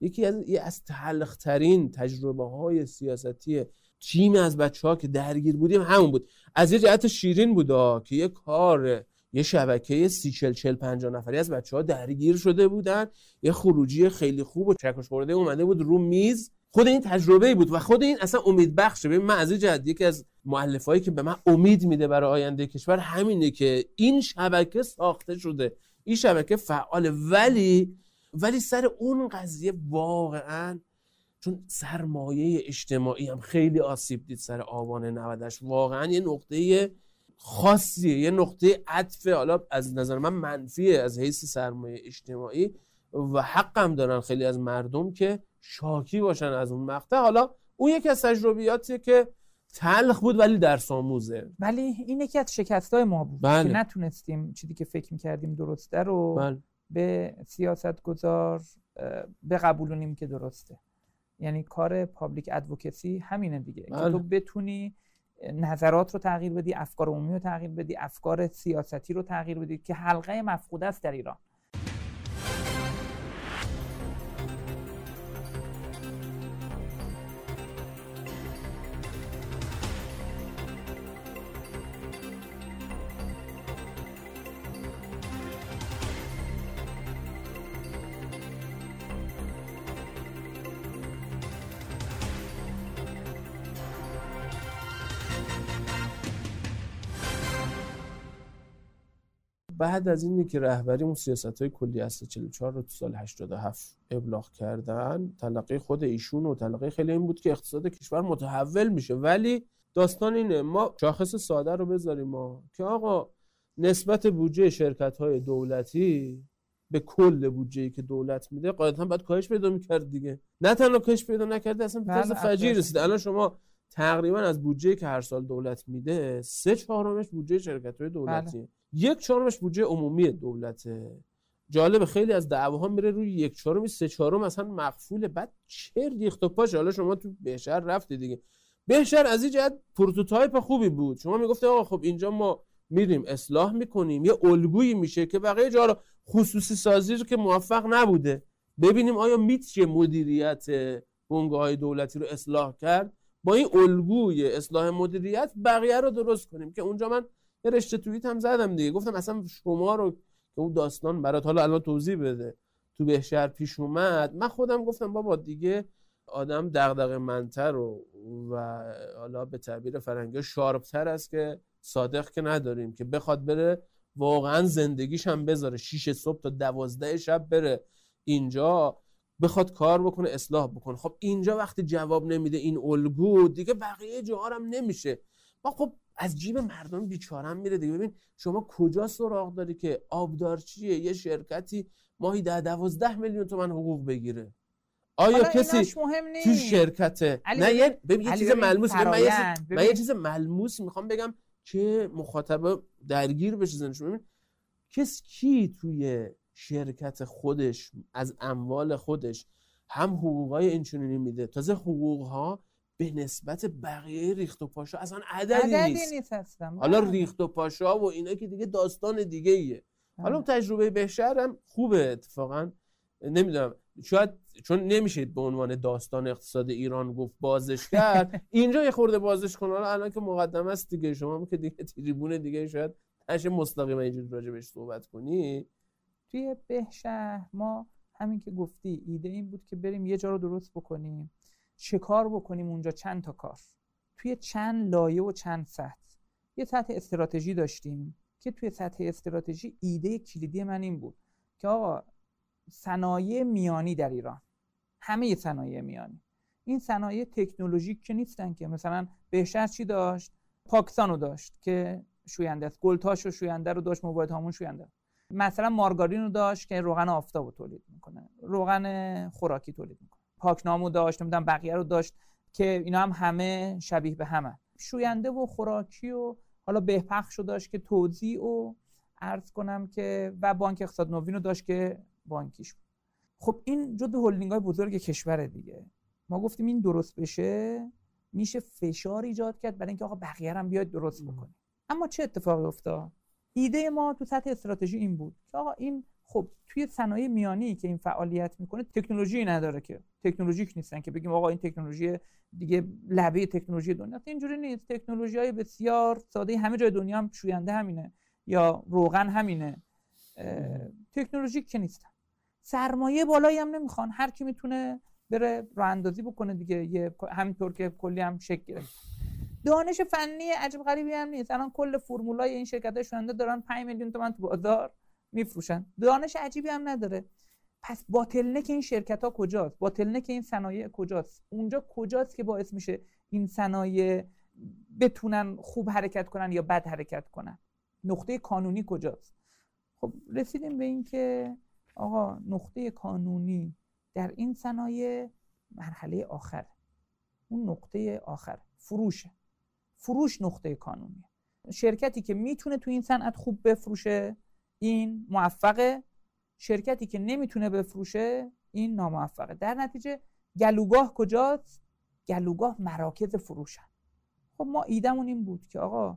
یکی از تلخ‌ترین تجربه‌های سیاستی تیم از بچه‌ها که درگیر بودیم همون بود. از یه جهت شیرین بود که یه شبکه 30-40-50 نفری از بچه‌ها درگیر شده بودن، یه خروجی خیلی خوب و چکش خورده اومده بود رو میز. خود این تجربه بود و خود این اصلا امید بخشه. ببین من از این جهت یکی از مؤلفه‌ای که به من امید میده برای آینده کشور همینه که این شبکه ساخته شده، این شبکه فعاله، ولی سر اون قضیه واقعاً چون سرمایه اجتماعی هم خیلی آسیب دید سر آبان 90، واقعاً یه نقطه خاصیه، یه نقطه عطف، حالا از نظر من منفیه از حیث سرمایه اجتماعی و حق هم دارن خیلی از مردم که شاکی باشن از اون مقطع. حالا اون یکی از تجربیاتیه که تلخ بود ولی درس آموزه. ولی این یکی از شکستای ما بود بله. که نتونستیم چیزی که فکر می‌کردیم درسته رو به سیاستگزار بقبولونیم که درسته. یعنی کار پابلیک ادوکسی همینه دیگه، که تو بتونی نظرات رو تغییر بدی، افکار عمومی رو تغییر بدی، افکار سیاستی رو تغییر بدی، که حلقه مفقوده است در ایران. بعد از اینی که رهبری اون سیاست‌های کلی اصل 44 رو تو سال 87 ابلاغ کردن، تلقی خود ایشون و تلقی خیلی این بود که اقتصاد کشور متحول میشه. ولی داستان اینه، ما شاخص ساده رو بذاریم که آقا نسبت بودجه شرکت‌های دولتی به کل بودجه‌ای که دولت میده قاعدتاً باید کاهش پیدا می‌کرد دیگه. نه تنها کاهش پیدا نکرده، اصلا به طرز فجیع رسید. الان شما تقریبا از بودجه‌ای که هر سال دولت میده 3/4 بودجه شرکت‌های دولتیه، 1/4 بودجه عمومی دولته. جالب خیلی از دعواها میره روی 1/4 3/4 مثلا مقفوله. بعد چه ریخت و پاش. حالا شما تو بهشهر رفتی دیگه، بهشهر از این جهت پروتوتایپ خوبی بود. شما میگفتی آقا خب اینجا ما میریم اصلاح میکنیم، یه الگویی میشه که بقیه جا رو خصوصی سازی رو که موفق نبوده ببینیم آیا میشه مدیریت بنگاه‌های دولتی رو اصلاح کرد، با این الگوی اصلاح مدیریت بقیه رو درست کنیم. که اونجا من یه رشته توییت هم زدم دیگه، گفتم اصلا شما رو که اون داستان برات حالا الان توضیح بده تو بهشهر پیش اومد، من خودم گفتم بابا دیگه آدم دغدغه‌مندتر و حالا به تعبیر فرنگی شارپ‌تر است که صادق که نداریم که بخواد بره واقعا زندگیش هم بذاره 6 صبح تا 12 شب بره اینجا بخواد کار بکنه اصلاح بکنه. خب اینجا وقتی جواب نمیده این الگو، دیگه بقیه جاها هم نمیشه. ما خب از جیب مردم بیچاره‌ام میره دیگه. ببین شما کجا سراغ داری که آبدارچیه یه شرکتی ماهی 10-12 میلیون تومان حقوق بگیره؟ آیا کسی تو شرکت نه ببین یه چیز ملموس، من یه چیز ملموس میخوام بگم که مخاطب درگیر بشه ذهنش. ببین کی توی شرکت خودش از اموال خودش هم حقوقای اینچنینی میده، تازه حقوقها به نسبت بقیه ریخت و پاشا اصلا عددی نیست. حالا ریخت و پاشا و اینا که دیگه داستان دیگه ایه. حالا تجربه بهشهر هم خوبه اتفاقا، نمیدونم شاید چون نمیشه به عنوان داستان اقتصاد ایران گفت بازش کرد اینجا یه خورده بازش کن. حالا الان که مقدمه است دیگه، شما که دیگه تریبون دیگه شاید نشه مستقیما اینجوری راجع بهش صحبت کنی. توی بهشهر ما همین که گفتی ایده این بود که بریم یه جا رو درست بکنیم. چه کار بکنیم اونجا؟ چند تا کار توی چند لایه و چند سطح. یه سطح استراتژی داشتیم که توی سطح استراتژی ایده کلیدی من این بود که آقا صنایع میانی در ایران، همه صنایع میانی، این صنایع تکنولوژیک که نیستن که مثلا بهشهر چی داشت؟ پاکستانو داشت که شوینده است، گلتاش و شوینده رو داشت، موبایل هامون شوینده، مثلا مارگارین رو داشت که روغن آفتابو تولید میکنه، روغن خوراکی تولید میکنه، پاکنامو داشت، نمیدونم بقیه رو داشت که اینا هم همه شبیه به همه، شوینده و خوراکی و حالا بهپخشو داشت که توزیع و عرض کنم که و بانک اقتصاد نوین رو داشت که بانکیش بود. خب این جزو هلدینگ‌های بزرگ کشور دیگه. ما گفتیم این درست بشه میشه فشار ایجاد کرد برای اینکه آقا بقیه هم بیاد درست بکنیم. اما چه اتفاقی افتاد؟ ایده ما تو سطح استراتژی این بود که آقا این خب توی صنایع میانی که این فعالیت میکنه تکنولوژی نداره، که تکنولوژیک نیستن که بگیم آقا این تکنولوژی دیگه لبه تکنولوژی دنیاست. اینجوری نیست. تکنولوژی‌های بسیار ساده همه جای دنیا هم شوینده همینه یا روغن همینه، تکنولوژیک که نیستن. سرمایه بالایی هم نمیخوان، هر کی میتونه بره راه اندازی بکنه دیگه، همینطور که کلی هم شکل گرفت. دانش فنی عجب غریبی هم نیست. الان کل فرمولای این شرکت‌های شوینده دارن 5 میلیون تومان تو بازار میفروشن، دانش عجیبی هم نداره. پس باتلنک این شرکت‌ها کجاست؟ باتلنک این صنایع کجاست؟ اونجا کجاست که باعث میشه این صنایع بتونن خوب حرکت کنن یا بد حرکت کنن؟ نقطه قانونی کجاست؟ خب رسیدیم به این که آقا نقطه قانونی در این صنایع مرحله آخر، اون نقطه آخر فروش نقطه قانونی. شرکتی که میتونه تو این صنعت خوب بفروشه این موفقه، شرکتی که نمیتونه بفروشه این ناموفقه. در نتیجه گلوگاه کجاست؟ گلوگاه مراکز فروشن. خب ما ایدمون این بود که آقا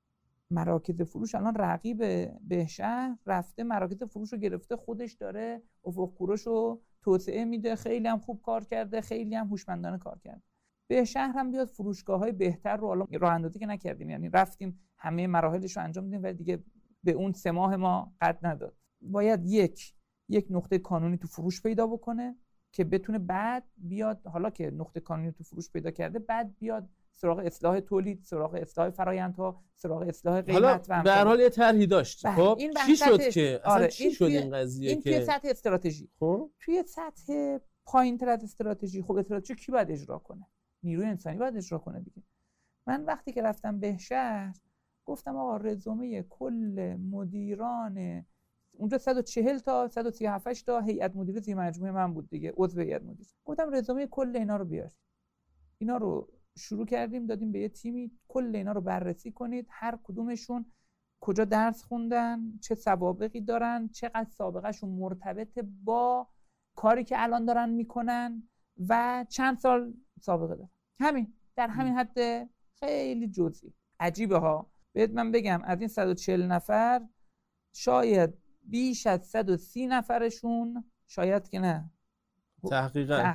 مراکز فروش الان رقیب بهشهر رفته مراکز فروش رو گرفته، خودش داره افق کوروش رو توسعه میده، خیلی هم خوب کار کرده، خیلی هم هوشمندانه کار کرده. بهشهر هم بیاد فروشگاه‌های بهتر رو، الان راه اندازی که نکردیم، یعنی رفتیم همه مراحلش رو انجام دیدیم ولی دیگه به اون 3 ماه ما قد نداد. باید یک نقطه قانونی تو فروش پیدا بکنه که بتونه بعد بیاد، حالا که نقطه قانونی تو فروش پیدا کرده، بعد بیاد سراغ اصلاح تولید، سراغ اصلاح فرآیندها، سراغ اصلاح قیمت و به هر حال یه طرحی داشت. خب چی شد که اصلا چی شد این قضیه این که توی سطح استراتژی، خب توی سطح پایین‌تر از استراتژی، خب استراتژی کی باید اجرا کنه؟ نیروی انسانی باید اجرا کنه دیگه. من وقتی که رفتم بهشهر گفتم آقا رزومه کل مدیران اونجا 140 تا 137 تا هیئت مدیره زیر مجموعه من بود دیگه، عضو هیئت مدیره. گفتم رزومه کل اینا رو بیار. اینا رو شروع کردیم دادیم به یه تیمی، کل اینا رو بررسی کنید، هر کدومشون کجا درس خوندن، چه سوابقی دارن، چقدر سابقهشون مرتبط با کاری که الان دارن میکنن و چند سال سابقه دارن. همین در همین حد خیلی جزئی. عجیبه ها. بهت من بگم از این 140 نفر شاید بیش از 130 نفرشون، شاید که نه تحقیقاً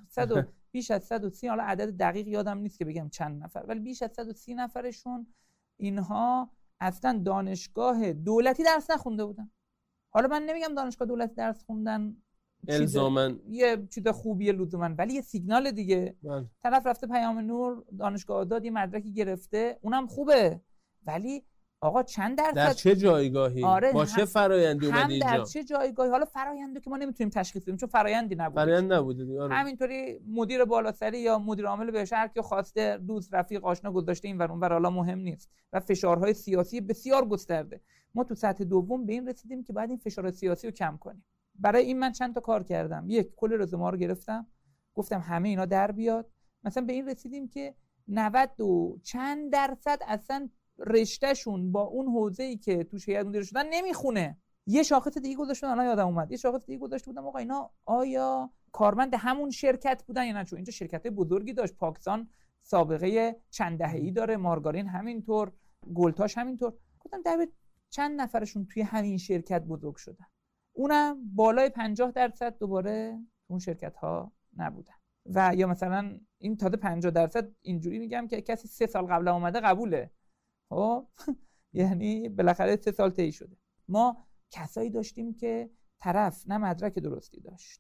بیش از 130، حالا عدد دقیق یادم نیست که بگم چند نفر، ولی بیش از 130 نفرشون اینها اصلا دانشگاه دولتی درس نخونده بودن. حالا من نمیگم دانشگاه دولتی درس خوندن الزاماً یه چیز خوبیه لزوماً، ولی یه سیگنال دیگه. طرف رفته پیام نور دانشگاه آزاد یه مدرکی گرفته، اونم خوبه، ولی آقا چند درصد در چه جایگاهی، با چه فرآیندی اومد اینجا، در چه جایگاهی؟ حالا فرآیندی که ما نمیتونیم تشخیص بدیم چون فرآیندی نبوده دیگه. همینطوری مدیر بالاسری یا مدیر عامل بهشهر که خواسته دوست رفیق آشنا گذاشته این ور اون ور، حالا مهم نیست، و فشارهای سیاسی بسیار گسترده. ما تو سطح دوم به این رسیدیم که باید این فشار سیاسی رو کم کنیم. برای این من چند تا کار کردم. یک، کل رزومه رو گرفتم، گفتم همه اینا در بیاد. مثلا به این رسیدیم که 90 و چند درصد اصلا رشتهشون با اون حوزه‌ای که توش هیئت مدیره شدن نمیخونه. یه شاخص دیگه گذاشتن، الان یادم اومد، یه شاخص دیگه گذاشته بودم آقا اینا آیا کارمند همون شرکت بودن یا نه، چون اینجا شرکت بزرگی داشت. پاکستان سابقه چند دهه‌ای داره، مارگارین همینطور، گلتاش همینطور. گفتم در چند نفرشون توی همین شرکت بزرگ شدن، اونم بالای 50% دوباره اون شرکت ها نبودن. و یا مثلا این تازه 50% اینجوری میگم که کسی 3 سال قبل اومده قبوله، خب یعنی بالاخره 3 سال طی شده. ما کسایی داشتیم که طرف نه مدرک درستی داشت،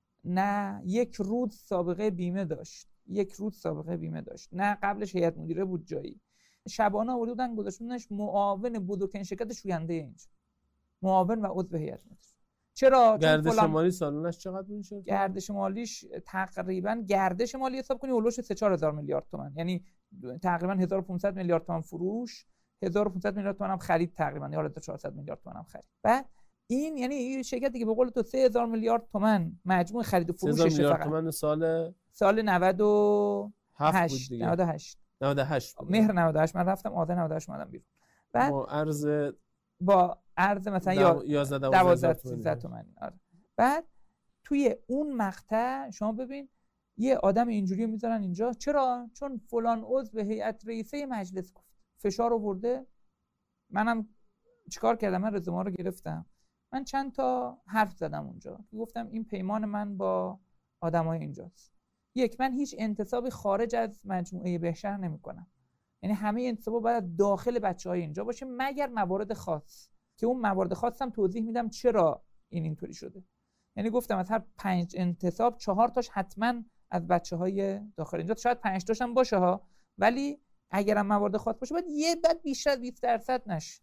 نه یک روز سابقه بیمه داشت، نه قبلش هیئت مدیره بود جایی، شبانه آورده بودن گذاشتنش معاون بزرگترین شرکت شوینده اینجا، معاون و عضو هیئت مدیره. چرا؟ گردش مالی سالانش چقدر بود شد؟ گردش مالیش تقریبا گردش مالی حساب کنی اولش 3-4 هزار میلیارد تومان، یعنی تقریبا 1500 میلیارد تومان فروش، 1500 میلیارد تومان هم خرید، تقریبا یا 400 میلیارد تومان هم خرید. بعد این یعنی این شرکتی که به قول تو 3000 میلیارد تومان مجموع خرید و فروشش، 3000 میلیارد تومان سال 98 بود دیگه. 98 مهر 98 من رفتم، آذر 98 اومدم بیرون. بعد با ارز مثلا 11-12 تومانی. آره. بعد توی اون مقطع شما ببین یه آدم اینجوری میذارن اینجا. چرا؟ چون فلان عضو هیئت رئیسه مجلس گفت، فشار آورده. منم چیکار کردم؟ من رزومه رو گرفتم، من چند تا حرف زدم اونجا که گفتم این پیمان من با آدمای اینجاست. یک، من هیچ انتصابی خارج از مجموعه بهشهر نمی‌کنم. یعنی همه انتصابا باید داخل بچه‌های اینجا باشه مگر موارد خاص که اون موارد خاصم توضیح میدم چرا این اینطوری شده. یعنی گفتم از هر 5 انتصاب 4 تاش حتما از بچه‌های داخل اینجا، شاید 5 تاش هم باشه ها، ولی اگرم موارد خاص باشه بعد بیشتر از 20% نشه.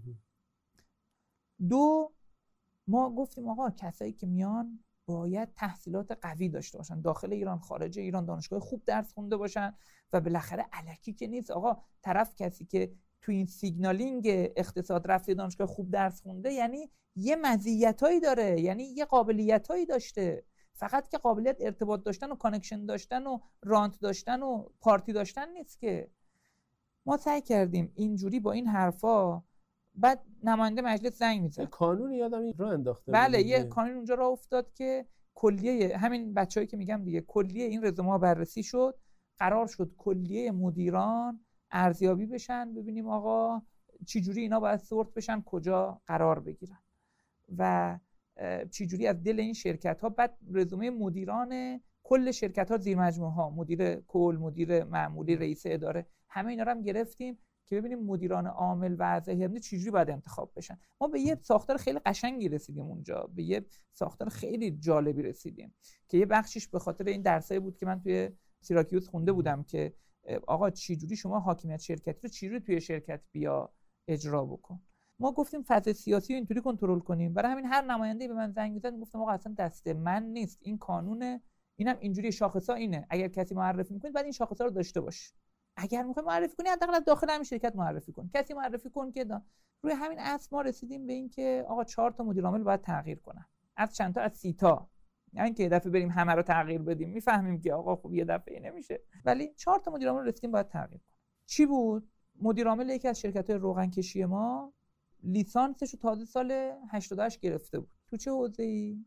2، ما گفتیم آقا کسایی که میان باید تحصیلات قوی داشته باشن، داخل ایران خارج ایران دانشگاه خوب درس خونده باشن و بالاخره الکی که نیست آقا طرف کسی که تو این سیگنالینگ اقتصاد رفته دانشگاه خوب درس خونده یعنی یه مزیتایی داره، یعنی یه قابلیتایی داشته، فقط که قابلیت ارتباط داشتن و کانکشن داشتن و رانت داشتن و پارتی داشتن نیست که. ما سعی کردیم اینجوری با این حرفا، بعد نماینده مجلس زنگ میزد. قانون یادم این راه انداخته. بله یه قانون اونجا راه افتاد که کلیه همین بچه‌ای که میگم دیگه، کلیه این رزومه ها بررسی شد، قرار شد کلیه مدیران ارزیابی بشن، ببینیم آقا چی جوری اینا باید سورت بشن، کجا قرار بگیرن و چی جوری از دل این شرکت ها. بعد رزومه مدیران کل شرکت ها زیر مجموعه ها، مدیر کل، مدیر معمولی، رئیس اداره، همه اینا رو هم گرفتیم که ببینیم مدیران عامل و اعضای هیئت چجوری باید انتخاب بشن. ما به یه ساختار خیلی قشنگی رسیدیم اونجا، به یه ساختار خیلی جالبی رسیدیم که یه بخشش به خاطر این درسایی بود که من توی سیراکیوس خونده بودم که آقا چجوری شما حاکمیت شرکتی رو چجوری توی شرکت بیا اجرا بکن. ما گفتیم فضای سیاسی رو اینطوری کنترل کنیم، برای همین هر نماینده‌ای به من زنگ می‌زد گفتم آقا اصلا دست من نیست، این قانونه، اینم اینجوری، شاخصا اینه، اگر کسی معرفی می‌کنید بعد این شاخصا رو داشته باش، اگر می‌خوای معرفی کنی حداقل داخل همین شرکت معرفی کن، کسی معرفی کن که روی همین اساس ما رسیدیم به این که آقا 4 تا مدیر عامل باید تغییر کنن، از چند تا، از 30 تا، یعنی که یه دفعه بریم همه رو تغییر بدیم، میفهمیم که آقا خب یه دفعه نمیشه، ولی 4 تا مدیر عامل رسیدیم باید تغییر کنن. چی بود؟ مدیر عامل یکی از شرکت‌های روغنکشی ما لیسانسش رو تازه سال 88 گرفته بود. تو چه حوزه‌ای؟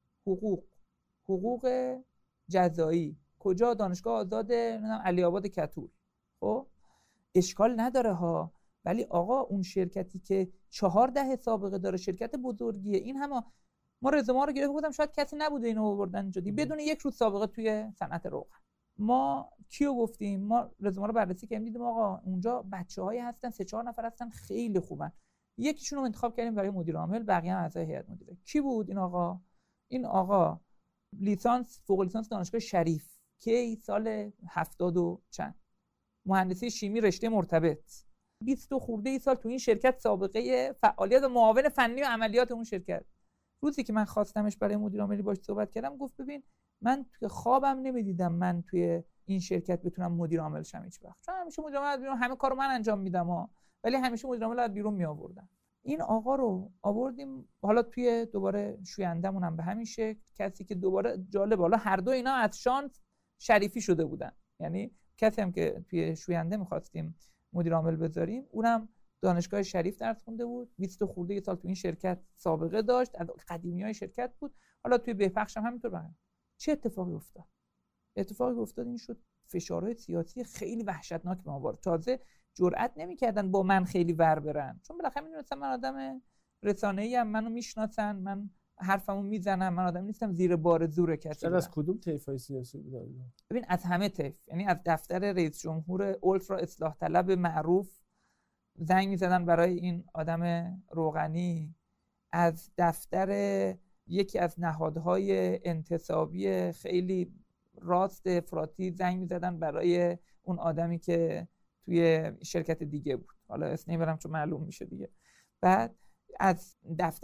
حقوق جزایی. کجا؟ دانشگاه آزاد علی آباد کتول. خب اشکال نداره ها، ولی آقا اون شرکتی که 14 سابقه داره، شرکت بزرگیه، این همه ما رزومه رو گرفتم، گفتم شاید کسی نبوده اینو آوردن جدی بدون یک روز سابقه توی صنعت روغن. ما کیو گفتیم؟ ما رزومه رو بررسی کردیم، دیدیم آقا اونجا بچه‌هایی هستن، 3-4 نفر هستن خیلی خوبن، یکیشون رو انتخاب کردیم برای مدیر عامل، بقیه هم اعضای هیئت مدیره. کی بود این آقا؟ این آقا لیسانس، فوق لیسانس دانشگاه شریف، کی سال 70 و چند، مهندسی شیمی رشته مرتبط، 20 خورده ای سال تو این شرکت سابقه فعالیت و معاون فنی و عملیات اون شرکت. روزی که من خواستمش برای مدیر عاملی باهاش صحبت کردم، گفت ببین من توی خوابم نمیدیدم من توی این شرکت بتونم مدیر عامل شم هیچ وقت، چون همیشه مدیر عامل بیرون همه کارو من انجام میدم ولی همیشه مدیر عامل از بیرون می آوردن. این آقا رو آوردیم، حالا توی دوباره شویندمون هم به همین شکل، کسی که دوباره جالب، حالا هر دو اینا از شانس شریفی شده بودن، یعنی کسی هم که توی شوینده می‌خواستیم مدیر عامل بذاریم اونم دانشگاه شریف درس خونده بود، 20 خورده سال تو این شرکت سابقه داشت، از قدیمیای شرکت بود، حالا توی بهبخش هم همینطور بود. چه اتفاقی افتاد؟ اتفاقی افتاد این شد فشارهای سیاسی خیلی وحشتناک به ما وارد، تازه جرئت نمی‌کردن با من خیلی ور برن، چون بالاخره می‌دونستم من آدم رسانه‌ای ام، منو میشناسن، من حرفمو میزنم، من آدمی نیستم زیر بار زور کسی. از کدوم طیفای سیاسی بودن؟ ببین از همه طیف، یعنی از دفتر رئیس جمهور اولترا اصلاح طلب معروف زنگ می‌زدن برای این آدم روغنی، از دفتر یکی از نهادهای انتصابی خیلی راست افراطی زنگ می‌زدن برای اون آدمی که توی شرکت دیگه بود، حالا اسم نمیبرم چون معلوم میشه دیگه. بعد از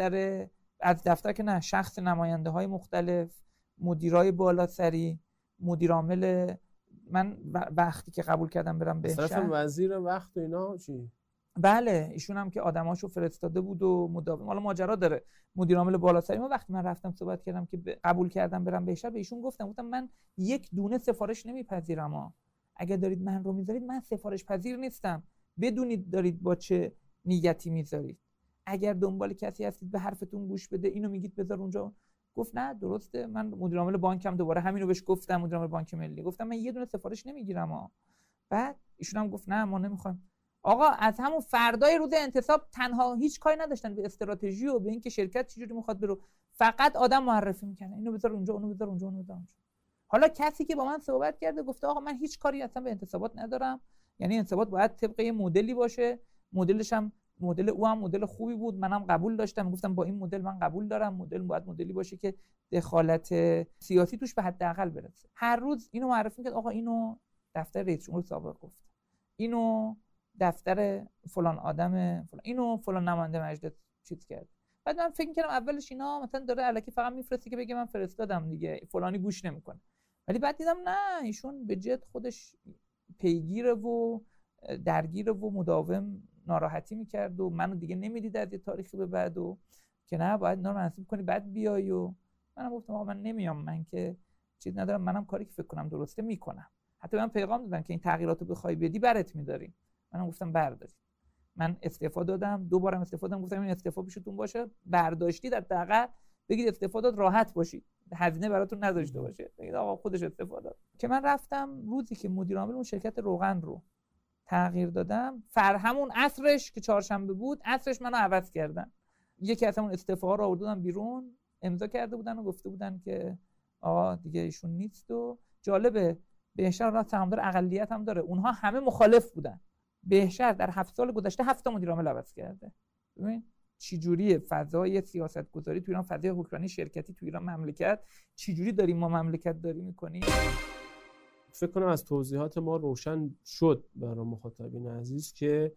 دفتر که نه، شخص نماینده های مختلف، مدیرای بالا سری، مدیر عامل، من وقتی که قبول کردم برم به طرف وزیر وقت و اینا چی؟ بله ایشون هم که آدماشو فرستاده بود و مداوم، حالا ماجرا داره. مدیر عامل بالا سری ما وقتی من رفتم صحبت کردم که قبول کردم برم بهشهر، به ایشون گفتم من یک دونه سفارش نمیپذیرم، اگر دارید من رو میذارید من سفارش پذیر نیستم، بدونید دارید با چه نیتی میذارید، اگر دنبال کسی هستید به حرفتون گوش بده، اینو میگید بذار اونجا. گفت نه درسته، من مدیر عامل بانکم دوباره همینو بهش گفتم، مدیر عامل بانک ملی، گفتم من یه دونه سفارش نمیگیرم بعد ایشون هم گفت نه ما نمیخوایم. آقا از همون فردای روز انتصاب تنها هیچ کاری نداشتن به استراتژی و به اینکه شرکت چجوری میخواد برو، فقط آدم معرفی میکنه، اینو بذار اونجا، اونو بذار اونجا، اونو بذار اونجا. حالا کسی که با من صحبت کرده گفته آقا من هیچ کاری اصلا به انتصابات ندارم، یعنی انتصابات باید طبق یه مدلی باشه، مدلش هم مدل او هم مدل خوبی بود، منم قبول داشتم، گفتم با این مدل من قبول دارم، مدل باید مدلی باشه که دخالت سیاسی توش به حداقل برسه. هر روز اینو معرفی می‌کرد، آقا اینو دفتر رئیس جمهور سابق گفت، اینو دفتر فلان آدم فلان، اینو فلان نماینده مجلس چیز کرد. بعد من فکر می‌کردم اولش اینا مثلا داره الکی فقط میفرسته که بگه من فرستادم دیگه، فلانی گوش نمی‌کنه. ولی بعد دیدم نه، ایشون به جد خودش پیگیره و درگیره و مداوم ناراحتی میکرد و منو دیگه نمیدید از یه تاریخی به بعد و که نه باید اینا رو منصوب کنی بعد بیای. و منم گفتم آقا من نمیام، من که چیز ندارم، منم کاری که فکر کنم درسته میکنم. حتی من پیغام دادن که این تغییراتو بخوای بدی برات می‌داریم، منم گفتم بردارید. من استعفا دادم، دوبارم استعفا دادم، گفتم این استعفا پیشتون باشه، برداشتید حداقل بگید استعفا داد راحت باشید، هزینه براتون نذاشته باشه، بگید آقا خودش استعفا داد. که من رفتم روزی که مدیر عامل اون شرکت روغن رو تغییر دادم، همون عصرش که چهارشنبه بود، عصرش منو عوض کردن. یکی از همون استعفاها رو آوردن بیرون، امضا کرده بودن و گفته بودن که آقا دیگه ایشون نیست. و جالبه بهشهر را سهامدار اقلیت هم داره، اونها همه مخالف بودن. بهشهر در 7 سال گذشته 7 تا مدیر عامل عوض کرده. ببین چی جوریه فضای سیاستگذاری تو ایران، فضای حکمرانی شرکتی تو ایران، مملکت چی جوری داریم ما مملکت داری می‌کنیم. فکر کنم از توضیحات ما روشن شد برای مخاطبین عزیز که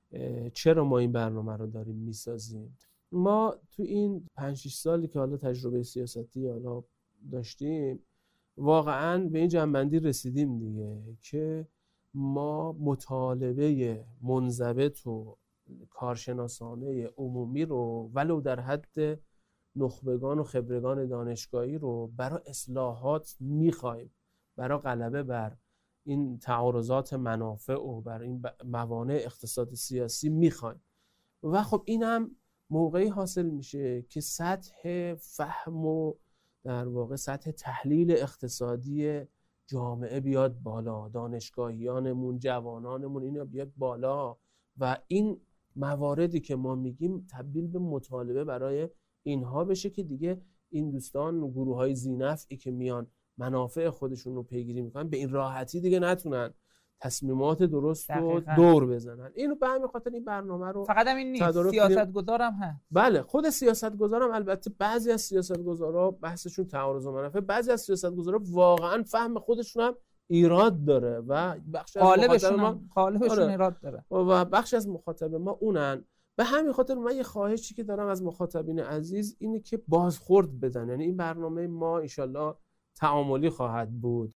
چرا ما این برنامه رو داریم میسازیم. ما تو این 5-6 سالی که حالا تجربه سیاستی حالا داشتیم واقعاً به این جنبندی رسیدیم دیگه که ما مطالبه منضبط و کارشناسانه عمومی رو ولو در حد نخبگان و خبرگان دانشگاهی رو برای اصلاحات میخوایم، برای غلبه بر این تعارضات منافع و بر این موانع اقتصاد سیاسی میخوایم. و خب این هم موقعی حاصل میشه که سطح فهم و در واقع سطح تحلیل اقتصادی جامعه بیاد بالا، دانشگاهیانمون، جوانانمون اینا بیاد بالا و این مواردی که ما میگیم تبدیل به مطالبه برای اینها بشه که دیگه این دوستان و گروه‌های ذی‌نفعی که میان منافع خودشون رو پیگیری میکنن به این راحتی دیگه نتونن تصمیمات درست رو دور بزنن. اینو به همین خاطر این برنامه رو فقط هم این نیست، سیاستگزارم هست. بله خود سیاستگزارم، البته بعضی از سیاستگزارا بحثشون تعارض و منافع، بعضی از سیاستگزارا واقعا فهم خودشون هم ایراد داره و بخش از قالبشون ایراد داره و بخش از مخاطب ما اونن. به همین خاطر من یه خواهشی که دارم از مخاطبین عزیز اینه که بازخورد بدن، یعنی این برنامه ما انشالله تعاملی خواهد بود.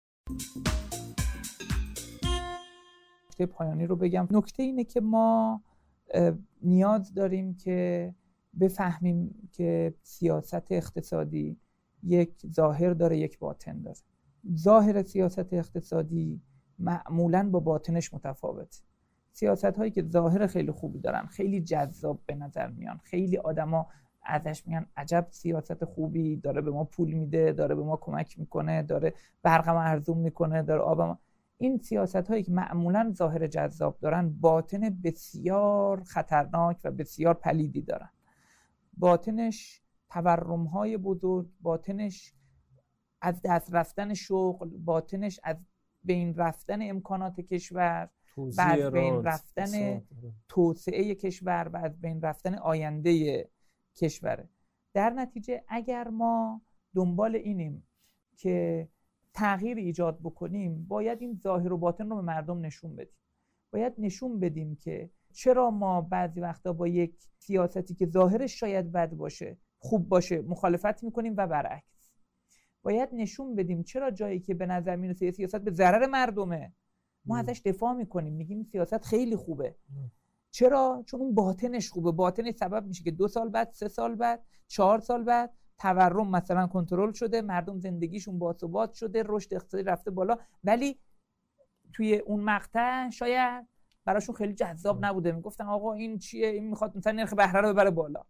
نکته پایانی رو بگم. نکته اینه که ما نیاز داریم که بفهمیم که سیاست اقتصادی یک ظاهر داره، یک باطن داره. ظاهر سیاست اقتصادی معمولاً با باطنش متفاوته. سیاست هایی که ظاهر خیلی خوبی دارن، خیلی جذاب به نظر میان، خیلی آدما ازش میگن عجب سیاست خوبی داره، به ما پول میده، داره به ما کمک میکنه، داره برقم ارزون میکنه، داره آبم. این سیاست هایی که معمولاً ظاهر جذاب دارن باطن بسیار خطرناک و بسیار پلیدی دارن. باطنش تورم های بزرگ، باطنش از دست رفتن شغل، باطنش از بین رفتن امکانات کشور و از بین رفتن توسعه کشور و از بین رفتن آینده کشوره. در نتیجه اگر ما دنبال اینیم که تغییر ایجاد بکنیم، باید این ظاهر و باطن رو به مردم نشون بدیم. باید نشون بدیم که چرا ما بعضی وقتا با یک سیاستی که ظاهرش شاید بد باشه، خوب باشه، مخالفت میکنیم و برعکس. باید نشون بدیم چرا جایی که به نظر میرسه سیاست به ضرر مردمه، ما ازش دفاع میکنیم، میگیم سیاست خیلی خوبه. چرا؟ چون اون باطنش خوبه. باطنش سبب میشه که 2 سال بعد، 3 سال بعد، 4 سال بعد تورم مثلا کنترل شده، مردم زندگیشون باثبات شده، رشد اقتصادی رفته بالا، ولی توی اون مقطع شاید براشون خیلی جذاب نبوده. میگفتن آقا این چیه، این میخواد مثلا نرخ بهره رو ببره بالا.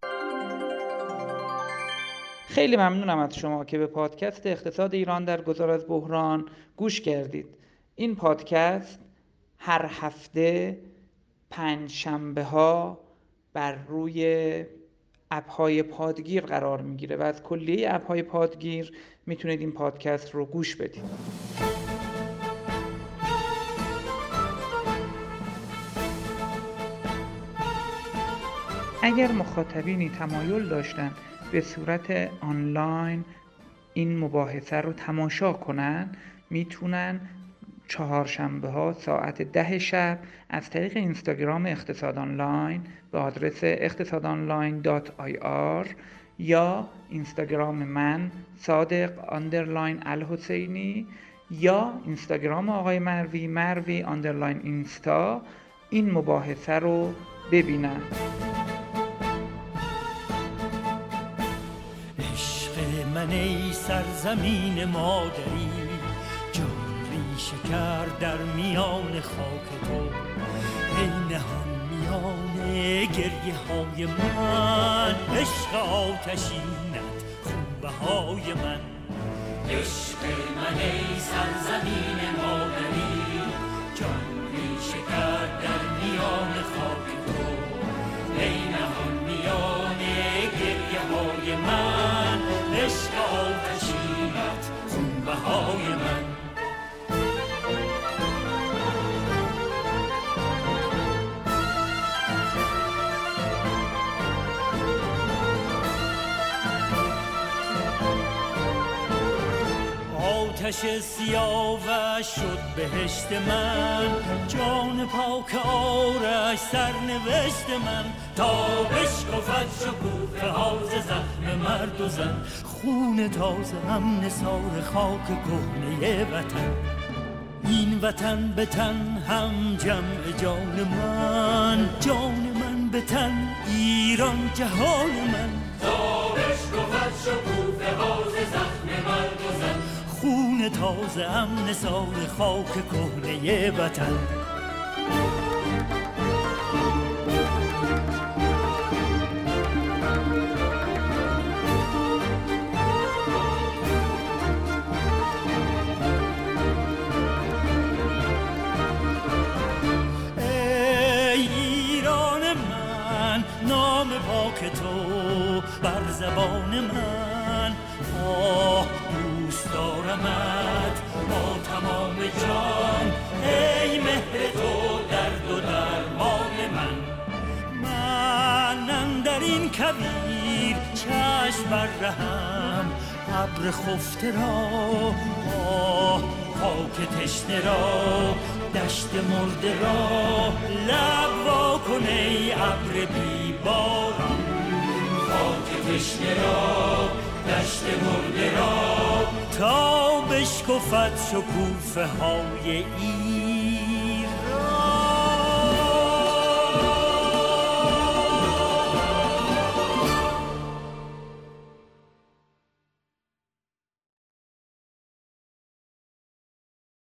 خیلی ممنونم از شما که به پادکست اقتصاد ایران در گذار از بحران گوش کردید. این پادکست هر هفته پنجشنبه‌ها بر روی اپ‌های پادگیر قرار میگیره و از کلیه اپ‌های پادگیر میتونید این پادکست رو گوش بدید. اگر مخاطبینی تمایل داشتن به صورت آنلاین این مباحثه رو تماشا کنن، میتونن چهارشنبه‌ها ساعت 10 شب از طریق اینستاگرام اقتصاد آنلاین به آدرس اقتصادonline.ir یا اینستاگرام من صادق_الحسینی یا اینستاگرام آقای مروی اینستا این مباحثه رو ببینن. عشق من ای سرزمین مادری، شکر در میان خاک تو، ای نهان میان گریه های من، عشق آتشینت خونبه های من. عشق من ای سرزمین مادری، جان شکر در میان خاک تو، ای نهان میان گریه های من، عشق آتشینت خونبه های من. آتش سیاوش شد بهشت من، جان پاک آرش سرنوشت من، تا بشکفد شکوفه ها ز زخم مرد و زن، خون تازه هم نثار خاک کهنه وطن. این وطن به تن هم جمع جان من، جان من به تن ایران جهان من، تا بشکفد شکوفه ها ز زخم مرد و زن، خون تازه هم نثار خاک کهنه وطن. ای ایران من، نام پاک تو بر زبان من، دوست دارمت با تمام جان، ای مهر تو درد و درمان من. من اندر این کویر چشم بر رهم، ابر خفته را خاک تشنه را، دشت مرده را لب وا کن ای ابر بی باران، خاک تشنه را دشت مرده را، تا بشکفد شکوفه های